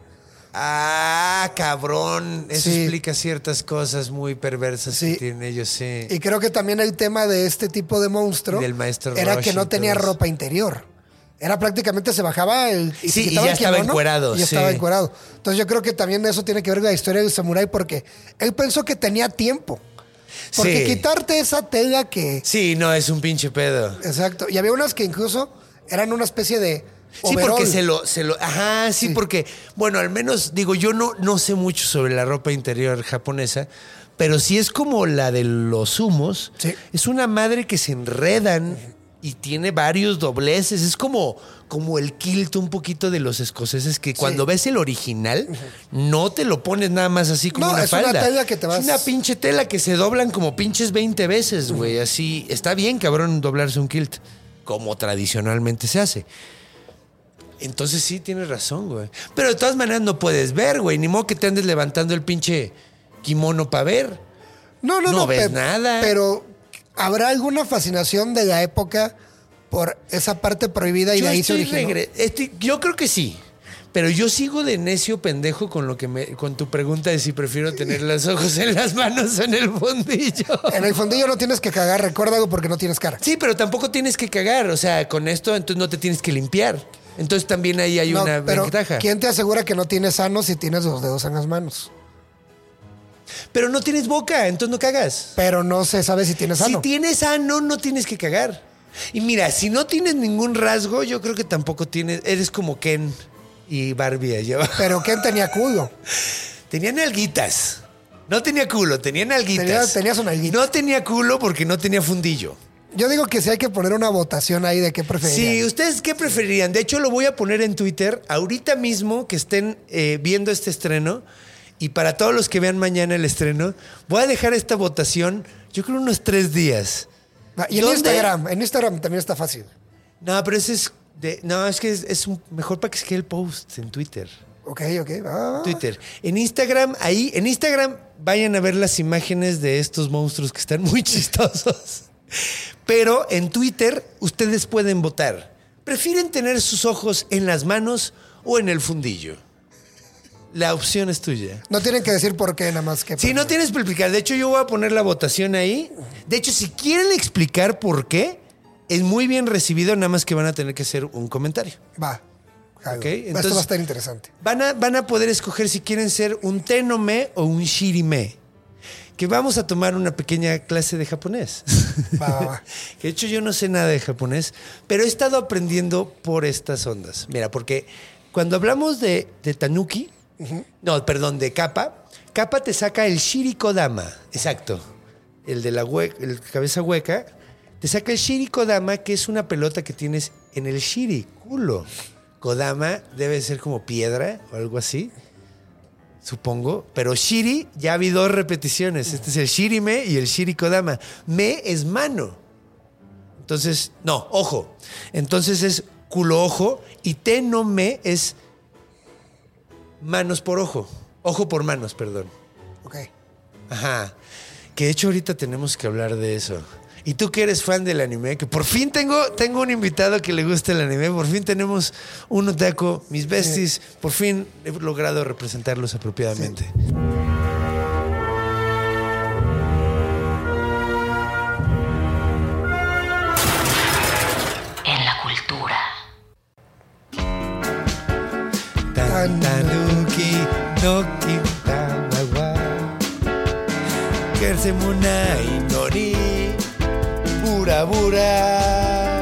Ah, cabrón. Eso Sí. explica ciertas cosas muy perversas Sí. que tienen ellos, sí. Y creo que también el tema de este tipo de monstruo Y del maestro era Roshi que no y tenía todo eso. ropa interior. Era prácticamente se bajaba el, y, se Sí, y quitaba ya el estaba kimono encuerado, Y ya estaba sí. encuerado. Entonces yo creo que también eso tiene que ver con la historia del samurái, porque él pensó que tenía tiempo. Porque Sí. quitarte esa tela que... Sí, no, es un pinche pedo. Exacto. Y había unas que incluso eran una especie de Sí, overall. porque se lo, se lo. Ajá, sí, Sí. porque, bueno, al menos, digo, yo no, no sé mucho sobre la ropa interior japonesa, pero sí es como la de los humos. Sí. Es una madre que se enredan y tiene varios dobleces. Es como, como el kilt un poquito de los escoceses, que cuando ves el original, no te lo pones nada más así como No, una es una falda. tela que te vas- Es una pinche tela que se doblan como pinches veinte veces, güey. Así, está bien, cabrón, doblarse un kilt, como tradicionalmente se hace. Entonces sí, tienes razón, güey. Pero de todas maneras no puedes ver, güey. Ni modo que te andes levantando el pinche kimono para ver. No, no, No no. ves pe- nada. Pero ¿habrá alguna fascinación de la época por esa parte prohibida y Yo, de ahí se estoy originó? regre- estoy- yo creo que sí. Pero yo sigo de necio pendejo con lo que me, con tu pregunta de si prefiero tener los ojos en las manos o en el fondillo. En el fondillo no tienes que cagar, recuérdalo, porque no tienes cara. Sí, pero tampoco tienes que cagar. O sea, con esto entonces no te tienes que limpiar. Entonces también ahí hay No, una pero ventaja. ¿quién te asegura que no tienes ano si tienes los dedos en las manos? Pero no tienes boca, entonces no cagas. Pero no se sabe si tienes Si ano. tienes ano, no tienes que cagar. Y mira, si no tienes ningún rasgo, yo creo que tampoco tienes. Eres como Ken y Barbie allá abajo. Pero ¿quién tenía culo? Tenía nalguitas. No tenía culo, tenía nalguitas. Tenías- tenías una nalguita. No tenía culo porque no tenía fundillo. Yo digo que sí hay que poner una votación ahí de qué preferirían. Sí, ¿ustedes qué preferirían? De hecho, lo voy a poner en Twitter ahorita mismo que estén eh, viendo este estreno. Y para todos los que vean mañana el estreno, voy a dejar esta votación, yo creo unos tres días. Ah, y en ¿Dónde? Instagram, en Instagram también está fácil. No, pero ese es... de- no, es que es, es un- mejor para que se quede el post en Twitter. Ok, ok. Ah, Twitter. En Instagram, ahí, en Instagram, vayan a ver las imágenes de estos monstruos que están muy chistosos. Pero en Twitter, ustedes pueden votar. ¿Prefieren tener sus ojos en las manos o en el fundillo? La opción es tuya. No tienen que decir por qué, nada más que. Si no tienes que explicar, de hecho yo voy a poner la votación ahí. De hecho, si quieren explicar por qué, es muy bien recibido, nada más que van a tener que hacer un comentario. Va. Jago. Ok, Esto entonces- va a estar interesante. Van a, van a poder escoger si quieren ser un tenome o un shirime. Que vamos a tomar una pequeña clase de japonés. Va, va, va. Que de hecho yo no sé nada de japonés, pero he estado aprendiendo por estas ondas. Mira, porque cuando hablamos de, de tanuki, no, perdón, de kappa, kappa te saca el shirikodama, exacto, el de la hue- el cabeza hueca, te saca el shirikodama, que es una pelota que tienes en el shiri, culo. Kodama debe ser como piedra o algo así, supongo. Pero shiri, ya vi dos repeticiones. Este es el shirime y el shirikodama. Me es mano. Entonces, no, ojo. Entonces es culo ojo y te no me es manos por ojo. Ojo por manos, perdón. Ok. Ajá. Que de hecho ahorita tenemos que hablar de eso. Y tú que eres fan del anime, que por fin tengo, tengo un invitado que le gusta el anime, por fin tenemos un otaku, mis besties, sí. Por fin he logrado representarlos apropiadamente. Sí. En la cultura. Tanuki no Kintamawa Kersemunai Nori Bura Bura.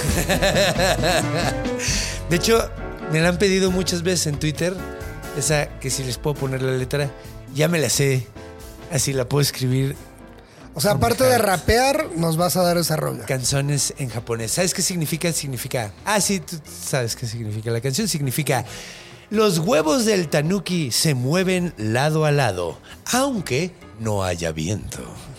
De hecho, me la han pedido muchas veces en Twitter. Esa que si les puedo poner la letra, ya me la sé. Así la puedo escribir. O sea, aparte de rapear, nos vas a dar esa rola. Canciones en japonés. ¿Sabes qué significa? Significa... Ah, sí, tú sabes qué significa. La canción significa... Los huevos del tanuki se mueven lado a lado, aunque no haya viento.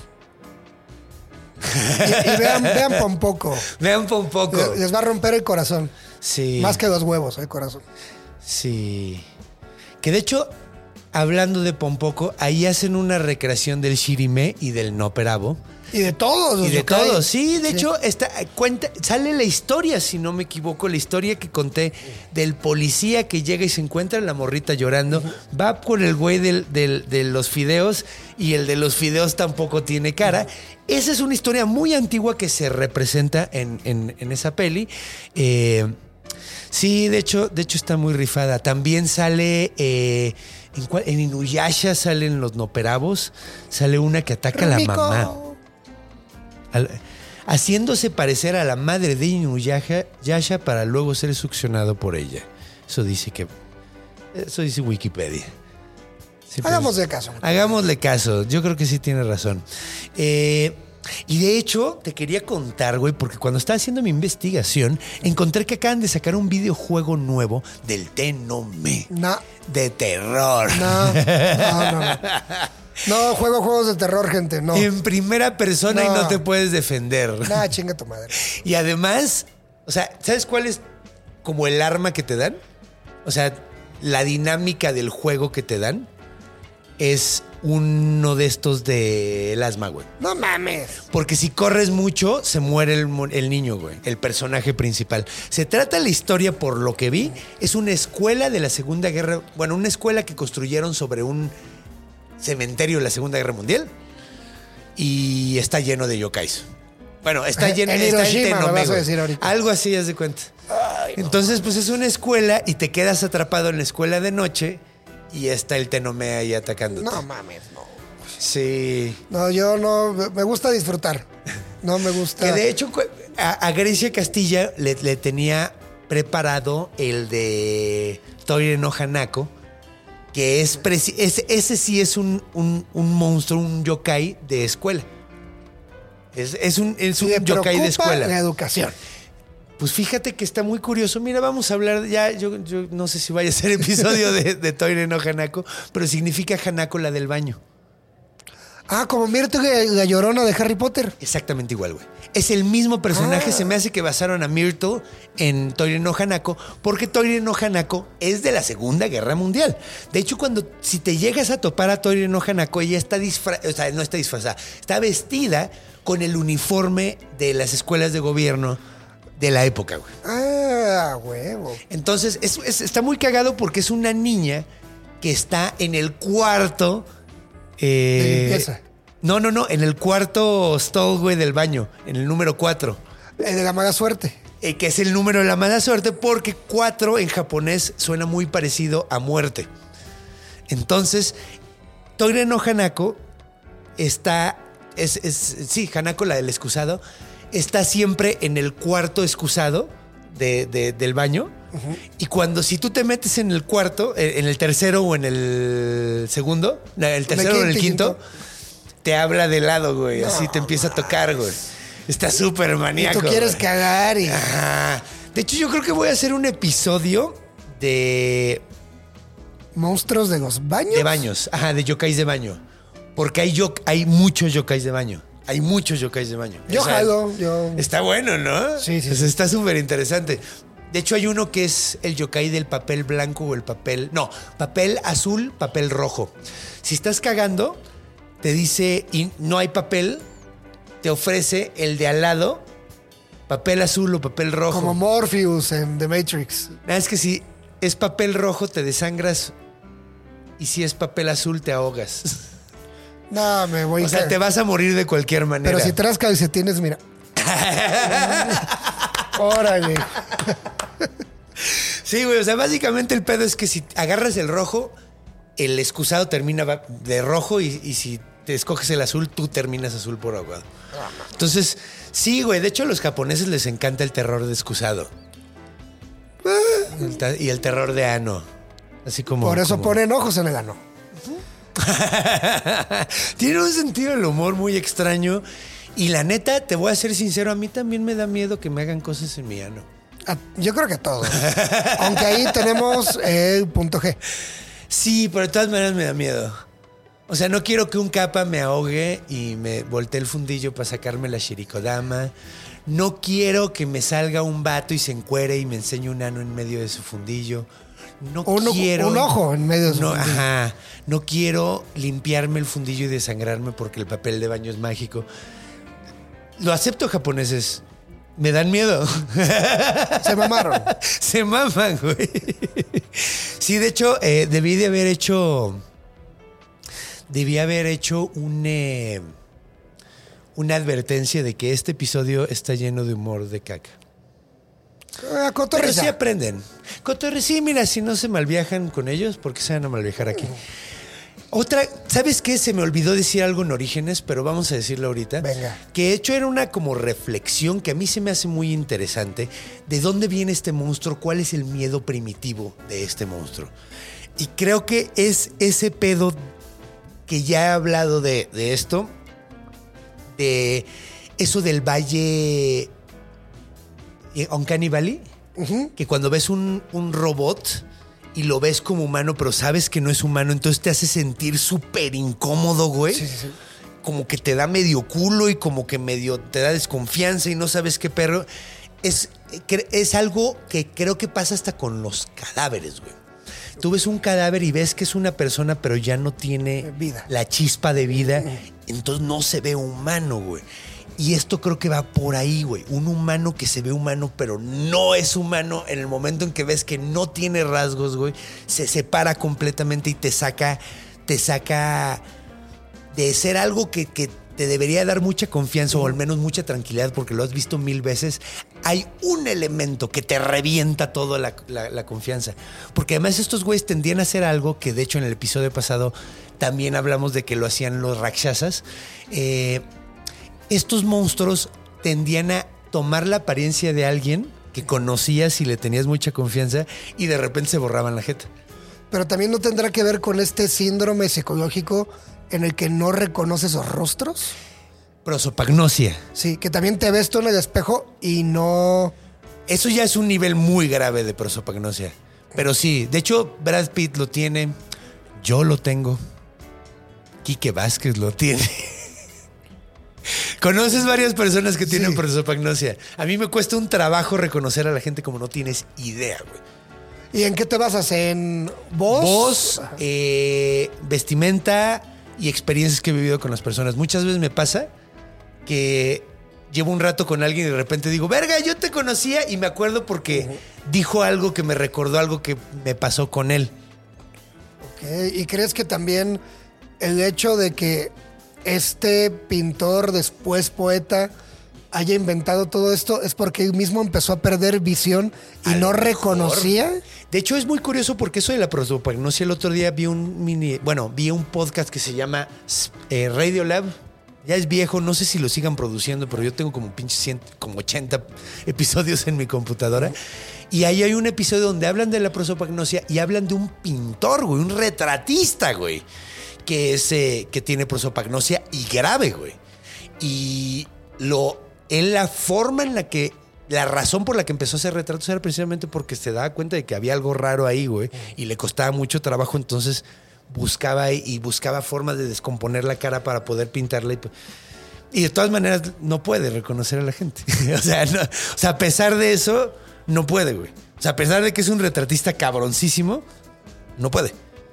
Y, y vean, vean Pompoco. Vean Pompoco. Les, les va a romper el corazón. Sí. Más que dos huevos, el corazón. Sí. Que de hecho, hablando de Pompoco, ahí hacen una recreación del Shirime y del Noperabo. Y de todos. Y de todos, sí. De sí. hecho, está, cuenta, sale la historia, si no me equivoco, la historia que conté del policía que llega y se encuentra la morrita llorando. Uh-huh. Va por el güey del, del, de los fideos y el de los fideos tampoco tiene cara. Uh-huh. Esa es una historia muy antigua que se representa en, en, en esa peli. Eh, sí, de hecho, de hecho está muy rifada. También sale... Eh, en, en Inuyasha salen los Noperabos. Sale una que ataca a la mamá. Al, haciéndose parecer a la madre de Inuyasha para luego ser succionado por ella. Eso dice que eso dice Wikipedia. Sí, Hagámosle caso. Hagámosle caso. Yo creo que sí tiene razón. Eh, y de hecho, te quería contar, güey, porque cuando estaba haciendo mi investigación, encontré que acaban de sacar un videojuego nuevo del Tenome. No. De terror. No, no, no. no. No, juego juegos de terror, gente, no. En primera persona no. Y no te puedes defender. Nah, chinga tu madre. Y además, o sea, ¿sabes cuál es como el arma que te dan? O sea, la dinámica del juego que te dan es uno de estos del asma, güey. No mames. Porque si corres mucho, se muere el, el niño, güey. El personaje principal. Se trata la historia, por lo que vi, es una escuela de la Segunda Guerra... Bueno, una escuela que construyeron sobre un... cementerio de la Segunda Guerra Mundial y está lleno de yokais. Bueno, está lleno en está Hiroshima, el Tenome, me vas a decir ahorita. Algo así, haz de cuenta. Ay, no. Entonces, pues es una escuela y te quedas atrapado en la escuela de noche y está el Tenome ahí atacándote. No mames, no. Sí. No, yo no, me gusta disfrutar. No me gusta. Que de hecho a, a Grecia Castilla le, le tenía preparado el de Toire no Hanako. Que es, preci- ese, ese sí es un, un, un monstruo, un yokai de escuela. Es, es un, es un yokai de escuela. La educación. Pues fíjate que está muy curioso. Mira, vamos a hablar ya. Yo, yo no sé si vaya a ser episodio de, de Toire no Hanako, pero significa Hanako la del baño. Ah, como Mirto, la Llorona de Harry Potter. Exactamente igual, güey. Es el mismo personaje. Ah. Se me hace que basaron a Myrtle en Toire no Hanako, porque Toire no Hanako es de la Segunda Guerra Mundial. De hecho, cuando si te llegas a topar a Toire no Hanako, ella está disfrazada, o sea, no está disfrazada, está vestida con el uniforme de las escuelas de gobierno de la época, güey. Ah, huevo. Entonces, es, es, está muy cagado porque es una niña que está en el cuarto... Eh, de limpieza. No, no, no, en el cuarto stall, güey, del baño, en el número cuatro. El de la mala suerte. Eh, que es el número de la mala suerte porque cuatro en japonés suena muy parecido a muerte. Entonces, Toire no Hanako está, es, es, sí, Hanako, la del excusado, está siempre en el cuarto excusado de, de, del baño. Uh-huh. Y cuando, si tú te metes en el cuarto, en el tercero o en el segundo, el tercero o en el quinto, te habla de lado, güey. No, así te empieza a tocar, güey. Está súper maníaco. Y tú quieres güey. cagar y... Ajá. De hecho, yo creo que voy a hacer un episodio de... ¿Monstruos de los baños? De baños, ajá, de yokais de baño. Porque hay, yo, hay muchos yokais de baño. Hay muchos yokais de baño. Yo o sea, jalo, yo... Está bueno, ¿no? Sí, sí. Pues sí. Está súper interesante. De hecho, hay uno que es el yokai del papel blanco o el papel... No, papel azul, papel rojo. Si estás cagando, te dice y no hay papel, te ofrece el de al lado, papel azul o papel rojo. Como Morpheus en The Matrix. Nada, es que si es papel rojo, te desangras. Y si es papel azul, te ahogas. No, me voy a... O sea, te vas a morir de cualquier manera. Pero si traes calcetines, mira. Órale. Sí, güey, o sea, básicamente el pedo es que si agarras el rojo, el excusado termina de rojo y, y si te escoges el azul, tú terminas azul por ahogado. Entonces, sí, güey, de hecho a los japoneses les encanta el terror de excusado. El ta- y el terror de ano. Así como... Por eso como... ponen ojos en el ano. Tiene un sentido del humor muy extraño. Y la neta, te voy a ser sincero, a mí también me da miedo que me hagan cosas en mi ano. Ah, yo creo que todos. Aunque ahí tenemos el eh, punto G. Sí, pero de todas maneras me da miedo. O sea, no quiero que un capa me ahogue y me voltee el fundillo para sacarme la shirikodama. No quiero que me salga un vato y se encuere y me enseñe un ano en medio de su fundillo. No un, quiero... Un ojo en medio de su no, fundillo. Ajá. No quiero limpiarme el fundillo y desangrarme porque el papel de baño es mágico. Lo acepto, japoneses. Me dan miedo. Se mamaron. Se maman, güey. Sí, de hecho, eh, debí de haber hecho... Debí haber hecho un, eh, una advertencia de que este episodio está lleno de humor de caca. Ah, Pero sí aprenden. Cotorre, sí, mira, si no se malviajan con ellos, ¿por qué se van a malviajar aquí? Otra, ¿sabes qué? Se me olvidó decir algo en Orígenes, pero vamos a decirlo ahorita. Venga. Que de hecho era una como reflexión que a mí se me hace muy interesante. ¿De dónde viene este monstruo? ¿Cuál es el miedo primitivo de este monstruo? Y creo que es ese pedo que ya he hablado de, de esto, de eso del valle Uncanny Valley, uh-huh. Que cuando ves un, un robot y lo ves como humano, pero sabes que no es humano, entonces te hace sentir súper incómodo, güey. Sí, sí, sí. Como que te da medio culo y como que medio te da desconfianza y no sabes qué perro. Es, es algo que creo que pasa hasta con los cadáveres, güey. Tú ves un cadáver y ves que es una persona, pero ya no tiene vida. La chispa de vida, entonces no se ve humano, güey. Y esto creo que va por ahí, güey. Un humano que se ve humano, pero no es humano. En el momento en que ves que no tiene rasgos, güey, se separa completamente y te saca, te saca de ser algo que, que te debería dar mucha confianza, o al menos mucha tranquilidad, porque lo has visto mil veces. Hay un elemento que te revienta toda la, la, la confianza. Porque además estos güeyes tendían a hacer algo que, de hecho, en el episodio pasado también hablamos de que lo hacían los rakshasas. Eh... Estos monstruos tendían a tomar la apariencia de alguien que conocías y le tenías mucha confianza y de repente se borraban la jeta. Pero también no tendrá que ver con este síndrome psicológico en el que no reconoces los rostros. Prosopagnosia. Sí, que también te ves tú en el espejo y no... Eso ya es un nivel muy grave de prosopagnosia. Pero sí, de hecho Brad Pitt lo tiene, yo lo tengo, Quique Vázquez lo tiene. Conoces varias personas que tienen sí. prosopagnosia. A mí me cuesta un trabajo reconocer a la gente como no tienes idea, güey. ¿Y en qué te basas? ¿En voz? Voz, eh, vestimenta y experiencias que he vivido con las personas. Muchas veces me pasa que llevo un rato con alguien y de repente digo, verga, yo te conocía, y me acuerdo porque uh-huh. dijo algo que me recordó algo que me pasó con él. Ok, ¿y crees que también el hecho de que este pintor, después poeta, haya inventado todo esto es porque él mismo empezó a perder visión y no reconocía? De hecho, es muy curioso porque eso de la prosopagnosia, el otro día vi un mini, bueno, vi un podcast que se llama eh, Radio Lab. Ya es viejo, no sé si lo sigan produciendo, pero yo tengo como pinche cien, como ochenta episodios en mi computadora. Y ahí hay un episodio donde hablan de la prosopagnosia y hablan de un pintor, güey, un retratista, güey, que es eh, que tiene prosopagnosia y grave, güey. Y lo en la forma en la que la razón por la que empezó a hacer retratos era precisamente porque se daba cuenta de que había algo raro ahí, güey, y le costaba mucho trabajo, entonces buscaba y buscaba formas de descomponer la cara para poder pintarla y, y de todas maneras no puede reconocer a la gente. o sea, no, o sea, a pesar de eso no puede, güey. O sea, a pesar de que es un retratista cabroncísimo, no puede.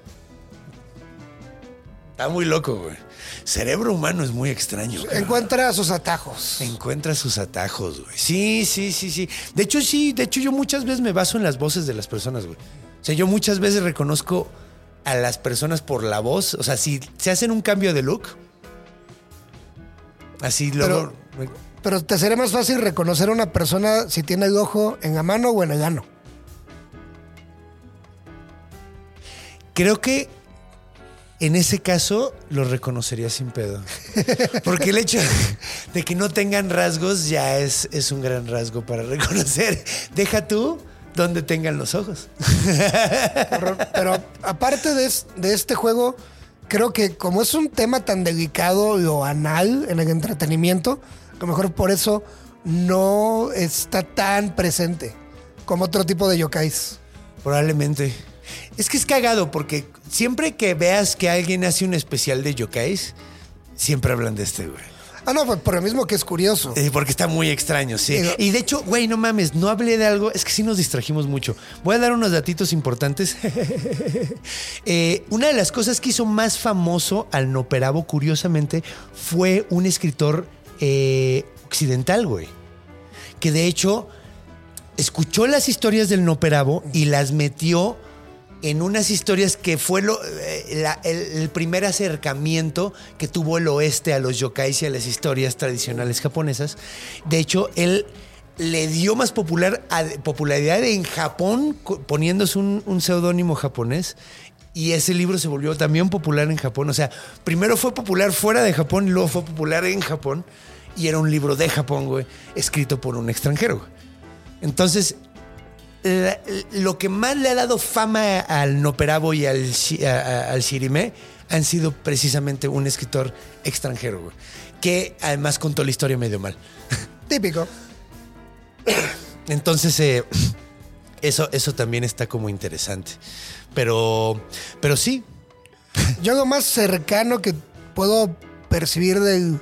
Está muy loco, güey. Cerebro humano es muy extraño. Cabrón. Encuentra sus atajos. Encuentra sus atajos, güey. Sí, sí, sí, sí. De hecho, sí. De hecho, yo muchas veces me baso en las voces de las personas, güey. O sea, yo muchas veces reconozco a las personas por la voz. O sea, si se hacen un cambio de look, así luego... Pero, pero te sería más fácil reconocer a una persona si tiene el ojo en la mano o en el ano. Creo que en ese caso lo reconocería sin pedo. Porque el hecho de que no tengan rasgos ya es, es un gran rasgo para reconocer. Deja tú donde tengan los ojos. Pero, pero aparte de, es, de este juego, creo que como es un tema tan delicado o anal en el entretenimiento, a lo mejor por eso no está tan presente como otro tipo de yokais. Probablemente. Es que es cagado porque siempre que veas que alguien hace un especial de yokais, siempre hablan de este, güey. Ah, no, pues por lo mismo que es curioso. Eh, porque está muy extraño, sí. Digo, y de hecho, güey, no mames, no hablé de algo. Es que sí nos distrajimos mucho. Voy a dar unos datitos importantes. eh, una de las cosas que hizo más famoso al Noperabo, curiosamente, fue un escritor eh, occidental, güey. Que de hecho escuchó las historias del Noperabo y las metió en unas historias que fue lo, eh, la, el, el primer acercamiento que tuvo el oeste a los yokais y a las historias tradicionales japonesas. De hecho, él le dio más popular, a, popularidad en Japón poniéndose un, un seudónimo japonés. Y ese libro se volvió también popular en Japón. O sea, primero fue popular fuera de Japón y luego fue popular en Japón. Y era un libro de Japón, güey, escrito por un extranjero, güey. Entonces... La, lo que más le ha dado fama al Noperabo y al, a, al Shirime han sido precisamente un escritor extranjero, güey, que además contó la historia medio mal. Típico. Entonces, eh, eso, eso también está como interesante. Pero, pero sí. Yo lo más cercano que puedo percibir de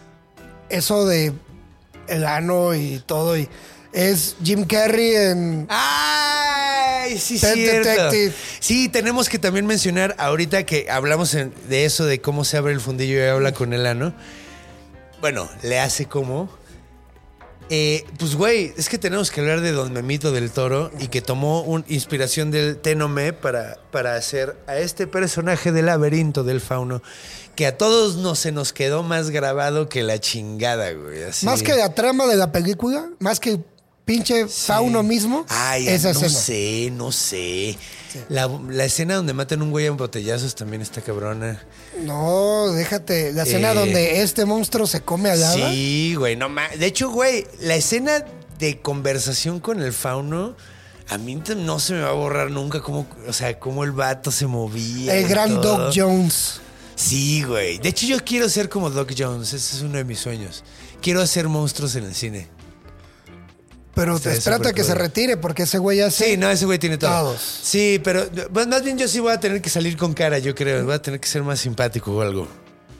eso de el ano y todo y es Jim Carrey en... ¡Ay! Sí, Pet cierto. Detective. Sí, tenemos que también mencionar, ahorita que hablamos en- de eso, de cómo se abre el fundillo y habla con el ano. Bueno, le hace como... Eh, pues, güey, es que tenemos que hablar de Don Memito del Toro y que tomó un, inspiración del Tenome para, para hacer a este personaje del laberinto del fauno que a todos nos, se nos quedó más grabado que la chingada, güey. Así. Más que la trama de la película, más que pinche fauno mismo, Ay, esa no escena. sé, no sé. La, la escena donde matan a un güey en botellazos también está cabrona. No, déjate. La escena Eh, donde este monstruo se come a Lava. Sí, güey, no mames. De hecho, güey, la escena de conversación con el fauno, a mí no se me va a borrar nunca cómo, o sea, cómo el vato se movía. El y gran todo. Doc Jones. Sí, güey. De hecho, yo quiero ser como Doc Jones. Ese es uno de mis sueños. Quiero hacer monstruos en el cine. Pero Está espérate a súper que se cool. retire, porque ese güey hace... Sí, no, ese güey tiene todo. Todos. Sí, pero pues, más bien yo sí voy a tener que salir con cara, yo creo. Voy a tener que ser más simpático o algo.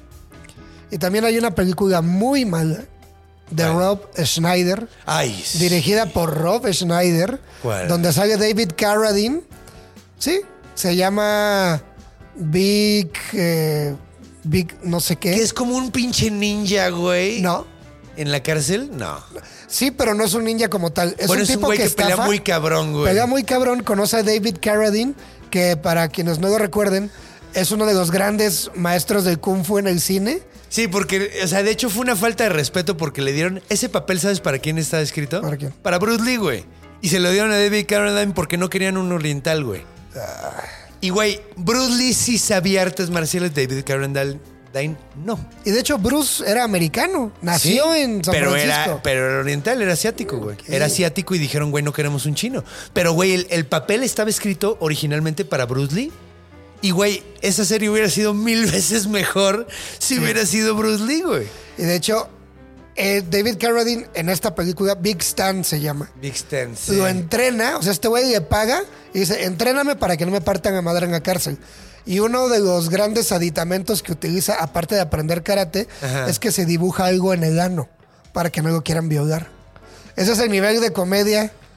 Y también hay una película muy mala de ¿Cuál? Rob Schneider, Ay, sí. dirigida por Rob Schneider, ¿Cuál? donde sale David Carradine. Sí, se llama Big... eh, Big no sé qué. Que es como un pinche ninja, güey. No. ¿En la cárcel? No. Sí, pero no es un ninja como tal. Es Bueno, un es un tipo güey que, que pelea estafa, muy cabrón, güey. Pelea muy cabrón. Conoce a David Carradine, que para quienes no lo recuerden, es uno de los grandes maestros del Kung Fu en el cine. Sí, porque, o sea, de hecho fue una falta de respeto porque le dieron ese papel, ¿sabes para quién estaba escrito? ¿Para quién? Para Bruce Lee, güey. Y se lo dieron a David Carradine porque no querían un oriental, güey. Y, güey, Bruce Lee sí sabía artes marciales, David Carradine no. Y de hecho, Bruce era americano. Nació Sí, en San pero Francisco. Era, pero era oriental, era asiático, güey. Era asiático y dijeron, güey, no queremos un chino. Pero, güey, el, el papel estaba escrito originalmente para Bruce Lee. Y, güey, esa serie hubiera sido mil veces mejor si Sí. hubiera sido Bruce Lee, güey. Y de hecho, eh, David Carradine en esta película, Big Stan se llama, Big Stan, sí. lo entrena. O sea, este güey le paga y dice, entréname para que no me partan a madre en la cárcel. Y uno de los grandes aditamentos que utiliza, aparte de aprender karate, Ajá. es que se dibuja algo en el ano para que no lo quieran violar. Ese es el nivel de comedia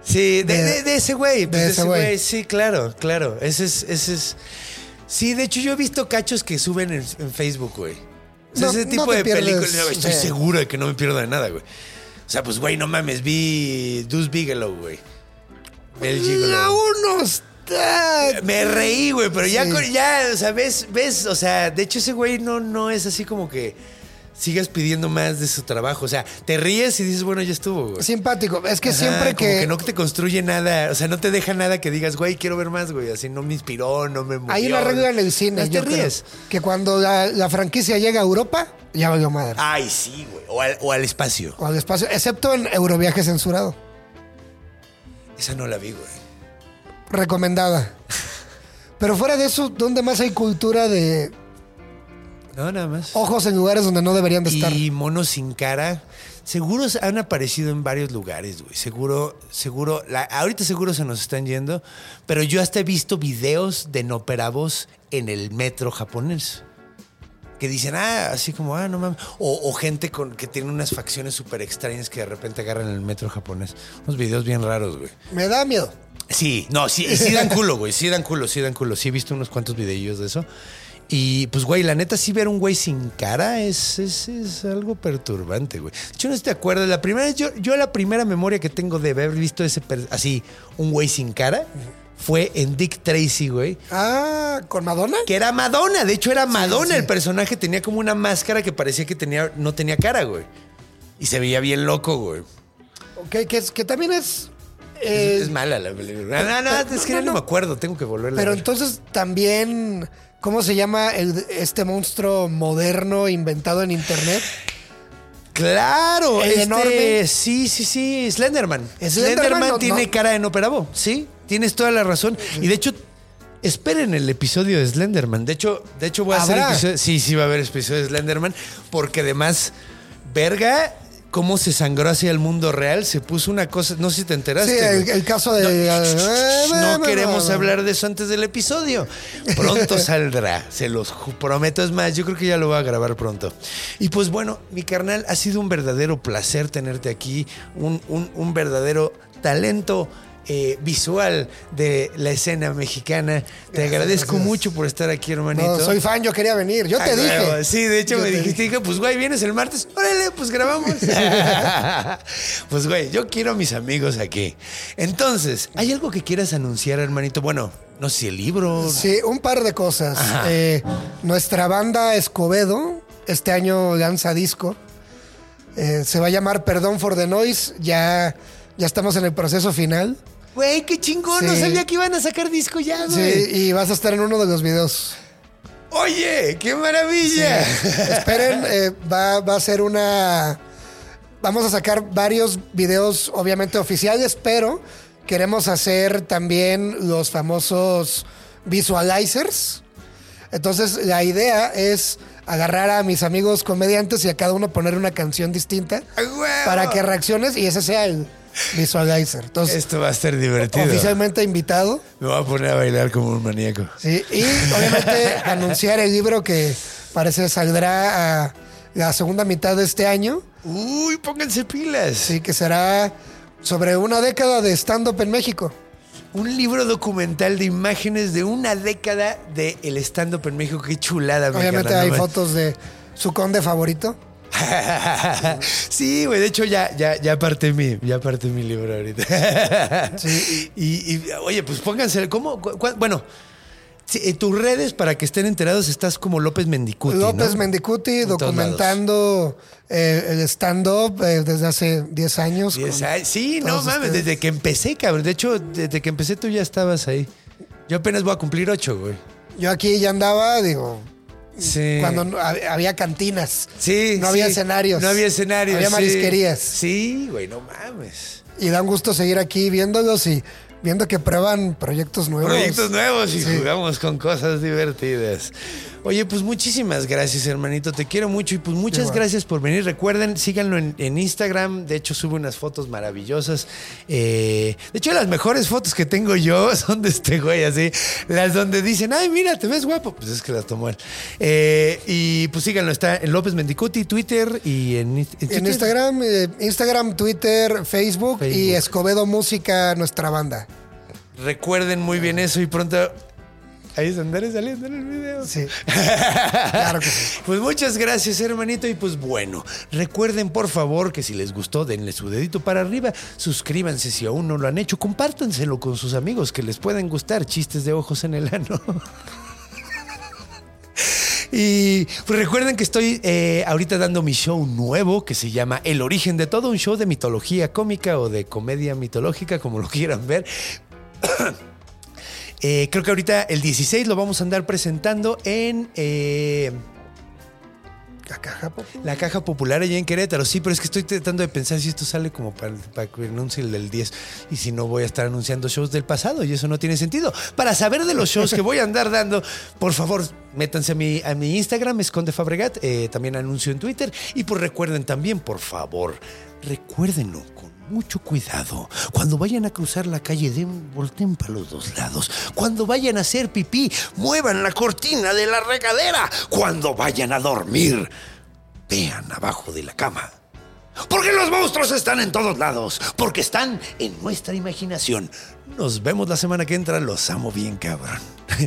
Sí, de, De- de- de ese güey. pues, de de ese ese güey. güey, sí, claro, claro. Ese es, ese es. Sí, de hecho, yo he visto cachos que suben en, en Facebook, güey. O sea, No- ese no tipo te de pierdes, películas, güey, estoy sí. seguro de que no me pierdo de nada, güey. O sea, pues, güey, no mames, vi Deuce Bigelow, güey. El Gigolo. La uno está... Me reí, güey, pero ya, Sí. con- ya, o sea, ves, ves, o sea, de hecho ese güey no, no es así como que sigas pidiendo más de su trabajo. O sea, te ríes y dices, bueno, ya estuvo, güey. Simpático. Es que Ajá, siempre como que... que no te construye nada, o sea, no te deja nada que digas, güey, quiero ver más, güey. Así no me inspiró, no me movió. Hay una regla en el cine. Te yo creo, ríes. que cuando la, la franquicia llega a Europa, ya valió madre. Ay, sí, güey. O al, o al espacio. O al espacio, excepto en Euroviaje censurado. Esa no la vi, güey. Recomendada. Pero fuera de eso, ¿dónde más hay cultura de No, nada más. ojos en lugares donde no deberían de estar? Y monos sin cara. Seguro han aparecido en varios lugares, güey. Seguro, seguro. La, ahorita seguro se nos están yendo. Pero yo hasta he visto videos de noperavos en el metro japonés. Que dicen, ah, así como, ah, no mames. O, o gente con, que tiene unas facciones súper extrañas que de repente agarran el metro japonés. Unos videos bien raros, güey. Me da miedo. Sí, no, sí, y sí dan culo, güey. Sí dan culo, sí dan culo. Sí he visto unos cuantos videillos de eso. Y pues, güey, la neta, sí ver un güey sin cara es, es, es algo perturbante, güey. De hecho, no te acuerdas. La primera, yo, yo la primera memoria que tengo de haber visto ese per- así, un güey sin cara, fue en Dick Tracy, güey. Ah, ¿con Madonna? Que era Madonna. De hecho, era Madonna sí. el personaje. Tenía como una máscara que parecía que tenía, no tenía cara, güey. Y se veía bien loco, güey. Ok, que, es, que también es... Es, eh, es mala la película. No, no, no, es que no, no, no. me acuerdo. Tengo que volverla Pero a ver. entonces también, ¿cómo se llama el- este monstruo moderno inventado en internet? Claro, El este, enorme. sí, sí, sí, Slenderman. Slenderman Slenderman no- tiene no. cara de Noperabo, sí, tienes toda la razón. Y de hecho, esperen el episodio de Slenderman. De hecho, de hecho voy a hacer ¿Habrá? episodio, sí, sí va a haber episodio de Slenderman, porque además, verga, cómo se sangró hacia el mundo real, se puso una cosa, no sé si te enteraste. Sí, el, güey. el caso de... No queremos hablar de eso antes del episodio. Pronto saldrá, se los ju- prometo. Es más, yo creo que ya lo voy a grabar pronto. Y pues bueno, mi carnal, ha sido un verdadero placer tenerte aquí. Un, un- un verdadero talento eh, visual de la escena mexicana. Te agradezco gracias. mucho por estar aquí, hermanito. No, soy fan, yo quería venir. Yo te Ah, dije. huevo. Sí, de hecho Yo me te dijiste, dije, pues güey, vienes el martes. Órale, pues grabamos. Pues güey, yo quiero a mis amigos aquí. Entonces, ¿hay algo que quieras anunciar, hermanito? Bueno, no sé si el libro. Sí, un par de cosas. Eh, nuestra banda Escobedo este año lanza disco. Eh, se va a llamar Perdón for the Noise. Ya, ya estamos en el proceso final. Güey, qué chingón, no Sí. sabía que iban a sacar disco ya, Sí, güey. y vas a estar en uno de los videos. Oye, qué maravilla. Esperen, eh, va, va a ser una... Vamos a sacar varios videos, obviamente oficiales, pero queremos hacer también los famosos visualizers. Entonces, la idea es agarrar a mis amigos comediantes y a cada uno poner una canción distinta ¡A huevo! para que reacciones y ese sea el visualizer. Entonces, Esto va a estar divertido. oficialmente invitado. Me voy a poner a bailar como un maníaco. Sí, y obviamente anunciar el libro que parece saldrá a la segunda mitad de este año. Uy, pónganse pilas. Sí, que será sobre una década de stand-up en México. Un libro documental de imágenes de una década de el stand-up en México. Qué chulada, mi Obviamente carnal, hay no fotos de su conde favorito. Sí, güey, de hecho ya, ya, ya aparté mi, ya aparté mi libro ahorita. Sí. Y, y, oye, pues pónganse, ¿cómo? Cu- cu- bueno, sí, en tus redes, para que estén enterados, estás como López Mendicuti, López ¿no? Mendicuti En todos documentando eh, el stand-up eh, desde hace diez años. Diez con años. Sí, no todos mames, ustedes. desde que empecé, cabrón. De hecho, desde que empecé tú ya estabas ahí. Yo apenas voy a cumplir ocho, güey. Yo aquí ya andaba, digo, Sí. cuando no- hab- había cantinas. Sí, No había sí. escenarios. No había escenarios. Había sí. marisquerías. Sí, güey, no mames. Y da un gusto seguir aquí viéndolos y viendo que prueban proyectos nuevos. Proyectos nuevos y Sí. jugamos con cosas divertidas. Oye, pues muchísimas gracias, hermanito. Te quiero mucho y pues muchas Igual. gracias por venir. Recuerden, síganlo en, en Instagram. De hecho, sube unas fotos maravillosas. Eh, de hecho, las mejores fotos que tengo yo son de este güey, así. Las donde dicen, ay, mira, te ves guapo. Pues es que las tomó él. Eh, y pues síganlo. Está en López Mendicuti, Twitter y en, en, En Twitter. Instagram, eh, Instagram, Twitter, Facebook, Facebook. y Escobedo Música, nuestra banda. Recuerden muy bien eso y pronto... Ahí es Andrés saliendo en el video. Sí. Claro que sí. Pues muchas gracias, hermanito. Y pues bueno, recuerden por favor que si les gustó, denle su dedito para arriba. Suscríbanse si aún no lo han hecho. Compártanselo con sus amigos que les pueden gustar. Chistes de ojos en el ano. Y pues recuerden que estoy eh, ahorita dando mi show nuevo que se llama El Origen de Todo, un show de mitología cómica o de comedia mitológica, como lo quieran ver. Eh, creo que ahorita el dieciséis lo vamos a andar presentando en eh, La Caja Popular. la Caja Popular allá en Querétaro. Sí, pero es que estoy tratando de pensar si esto sale como para, para que anuncie el del diez. Y si no, voy a estar anunciando shows del pasado y eso no tiene sentido. Para saber de los shows que voy a andar dando, por favor, métanse a mi, a mi Instagram, es Conde Fabregat. Eh, también anuncio en Twitter. Y pues recuerden también, por favor, recuérdenlo con mucho cuidado. Cuando vayan a cruzar la calle, den, volteen para los dos lados. Cuando vayan a hacer pipí, muevan la cortina de la regadera. Cuando vayan a dormir, vean abajo de la cama. Porque los monstruos están en todos lados. Porque están en nuestra imaginación. Nos vemos la semana que entra. Los amo bien, cabrón.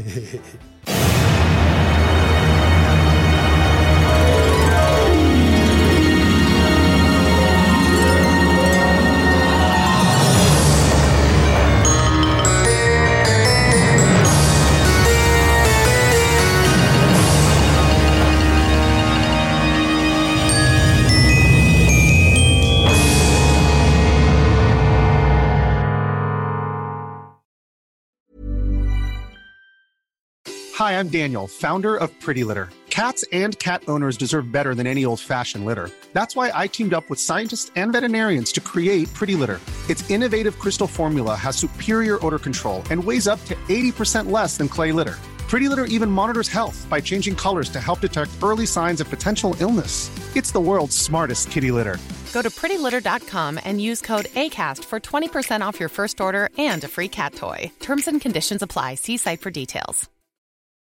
Hi, I'm Daniel, founder of Pretty Litter. Cats and cat owners deserve better than any old-fashioned litter. That's why I teamed up with scientists and veterinarians to create Pretty Litter. Its innovative crystal formula has superior odor control and weighs up to eighty percent less than clay litter. Pretty Litter even monitors health by changing colors to help detect early signs of potential illness. It's the world's smartest kitty litter. Go to pretty litter dot com and use code ACAST for twenty percent off your first order and a free cat toy. Terms and conditions apply. See site for details.